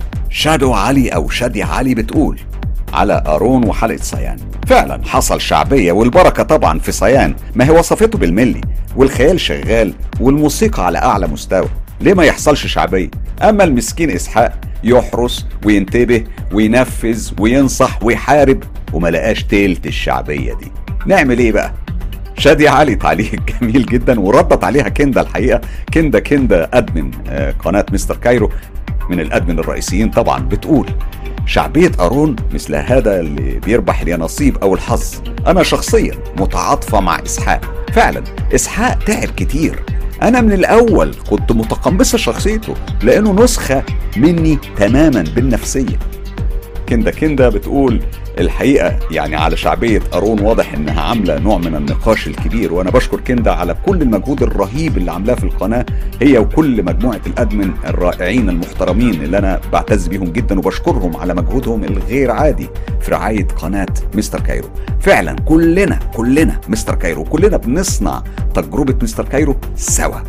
شادو علي أو شادي علي بتقول على آرون وحلقة صيان فعلا حصل شعبية، والبركة طبعا في صيان، ما هي وصفته بالملي والخيال شغال والموسيقى على أعلى مستوى، ليه ما يحصلش شعبية؟ أما المسكين إسحاق يحرس وينتبه وينفذ وينصح ويحارب وما لقاش تلت الشعبية دي، نعمل ايه بقى؟ شادي علي تعليق جميل جدا، وردت عليها كندا الحقيقة. كندا كندا أدمن قناة مستر كايرو، من الأدمن الرئيسيين طبعا، بتقول شعبية آرون مثل هذا اللي بيربح اليانصيب أو الحظ. أنا شخصيا متعاطفة مع إسحاق، فعلا إسحاق تعب كتير، أنا من الأول كنت متقمصة شخصيته لأنه نسخة مني تماما بالنفسية. كندا كندا بتقول الحقيقة يعني على شعبية آرون واضح إنها عاملة نوع من النقاش الكبير، وأنا بشكر كندا على كل المجهود الرهيب اللي عاملاه في القناة، هي وكل مجموعة الأدمن الرائعين المحترمين اللي أنا بعتز بيهم جدا، وبشكرهم على مجهودهم الغير عادي في رعاية قناة مستر كايرو. فعلا كلنا كلنا مستر كايرو، كلنا بنصنع تجربة مستر كايرو سوا.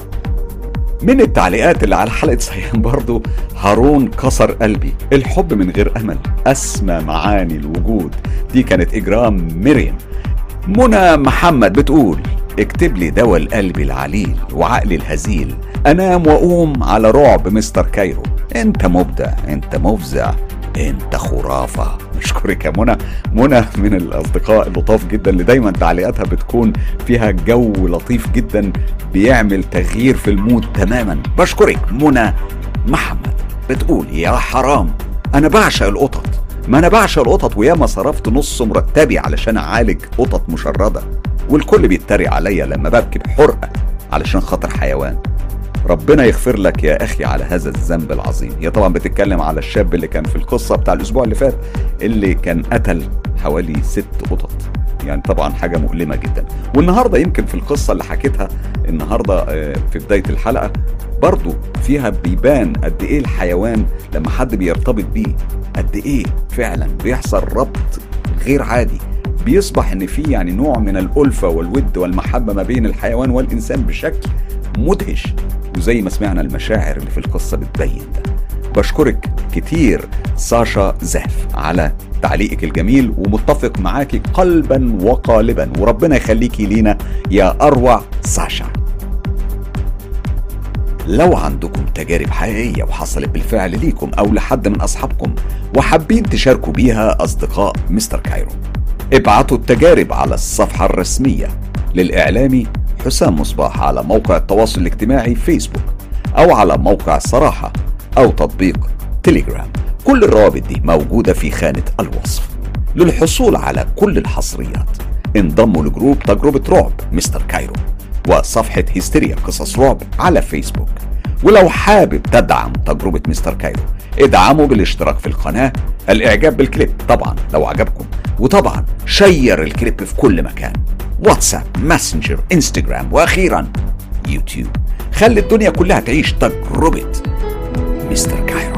من التعليقات اللي على حلقة صيان برضو هارون كسر قلبي، الحب من غير أمل أسمى معاني الوجود، دي كانت إجرام مريم. منى محمد بتقول اكتب لي دواء القلب العليل وعقلي الهزيل، أنام وأقوم على رعب مستر كايرو، أنت مبدع، أنت مفزع، أنت خرافة. مشكورك يا منى. منى من الأصدقاء اللطاف جدا اللي دايما تعليقاتها بتكون فيها جو لطيف جدا بيعمل تغيير في المود تماما. بشكرك منى محمد. بتقول يا حرام أنا بعشق القطط، ما أنا بعشق القطط وياما صرفت نص مرتبي علشان أعالج قطط مشردة، والكل بيتريق عليا لما ببكي بحرقة علشان خاطر حيوان. ربنا يغفر لك يا أخي على هذا الذنب العظيم. هي طبعا بتتكلم على الشاب اللي كان في القصة بتاع الأسبوع اللي فات اللي كان قتل حوالي ست قطط، يعني طبعا حاجة مؤلمة جدا. والنهاردة يمكن في القصة اللي حكيتها النهاردة في بداية الحلقة برضو فيها بيبان قد ايه الحيوان لما حد بيرتبط بيه قد ايه فعلا بيحصل ربط غير عادي، بيصبح ان في يعني نوع من الألفة والود والمحبة ما بين الحيوان والإنسان بشكل مدهش، وزي ما سمعنا المشاعر اللي في القصة بتبين ده. بشكرك كتير ساشا زاف على تعليقك الجميل، ومتفق معاكي قلبا وقالبا، وربنا يخليكي لينا يا أروع ساشا. لو عندكم تجارب حقيقية وحصلت بالفعل ليكم أو لحد من أصحابكم وحابين تشاركوا بيها أصدقاء مستر كايرو، ابعتوا التجارب على الصفحة الرسمية للإعلامي حسام مصباح على موقع التواصل الاجتماعي فيسبوك، أو على موقع الصراحة، أو تطبيق تيليجرام. كل الروابط دي موجودة في خانة الوصف. للحصول على كل الحصريات انضموا لجروب تجربة رعب مستر كايرو وصفحة هيستيريا قصص رعب على فيسبوك. ولو حابب تدعم تجربة مستر كايرو، ادعموا بالاشتراك في القناة، الاعجاب بالكليب طبعا لو عجبكم، وطبعا شير الكليب في كل مكان، واتساب، ماسنجر، انستجرام، واخيرا يوتيوب. خلي الدنيا كلها تعيش تجربة مستر كايرو.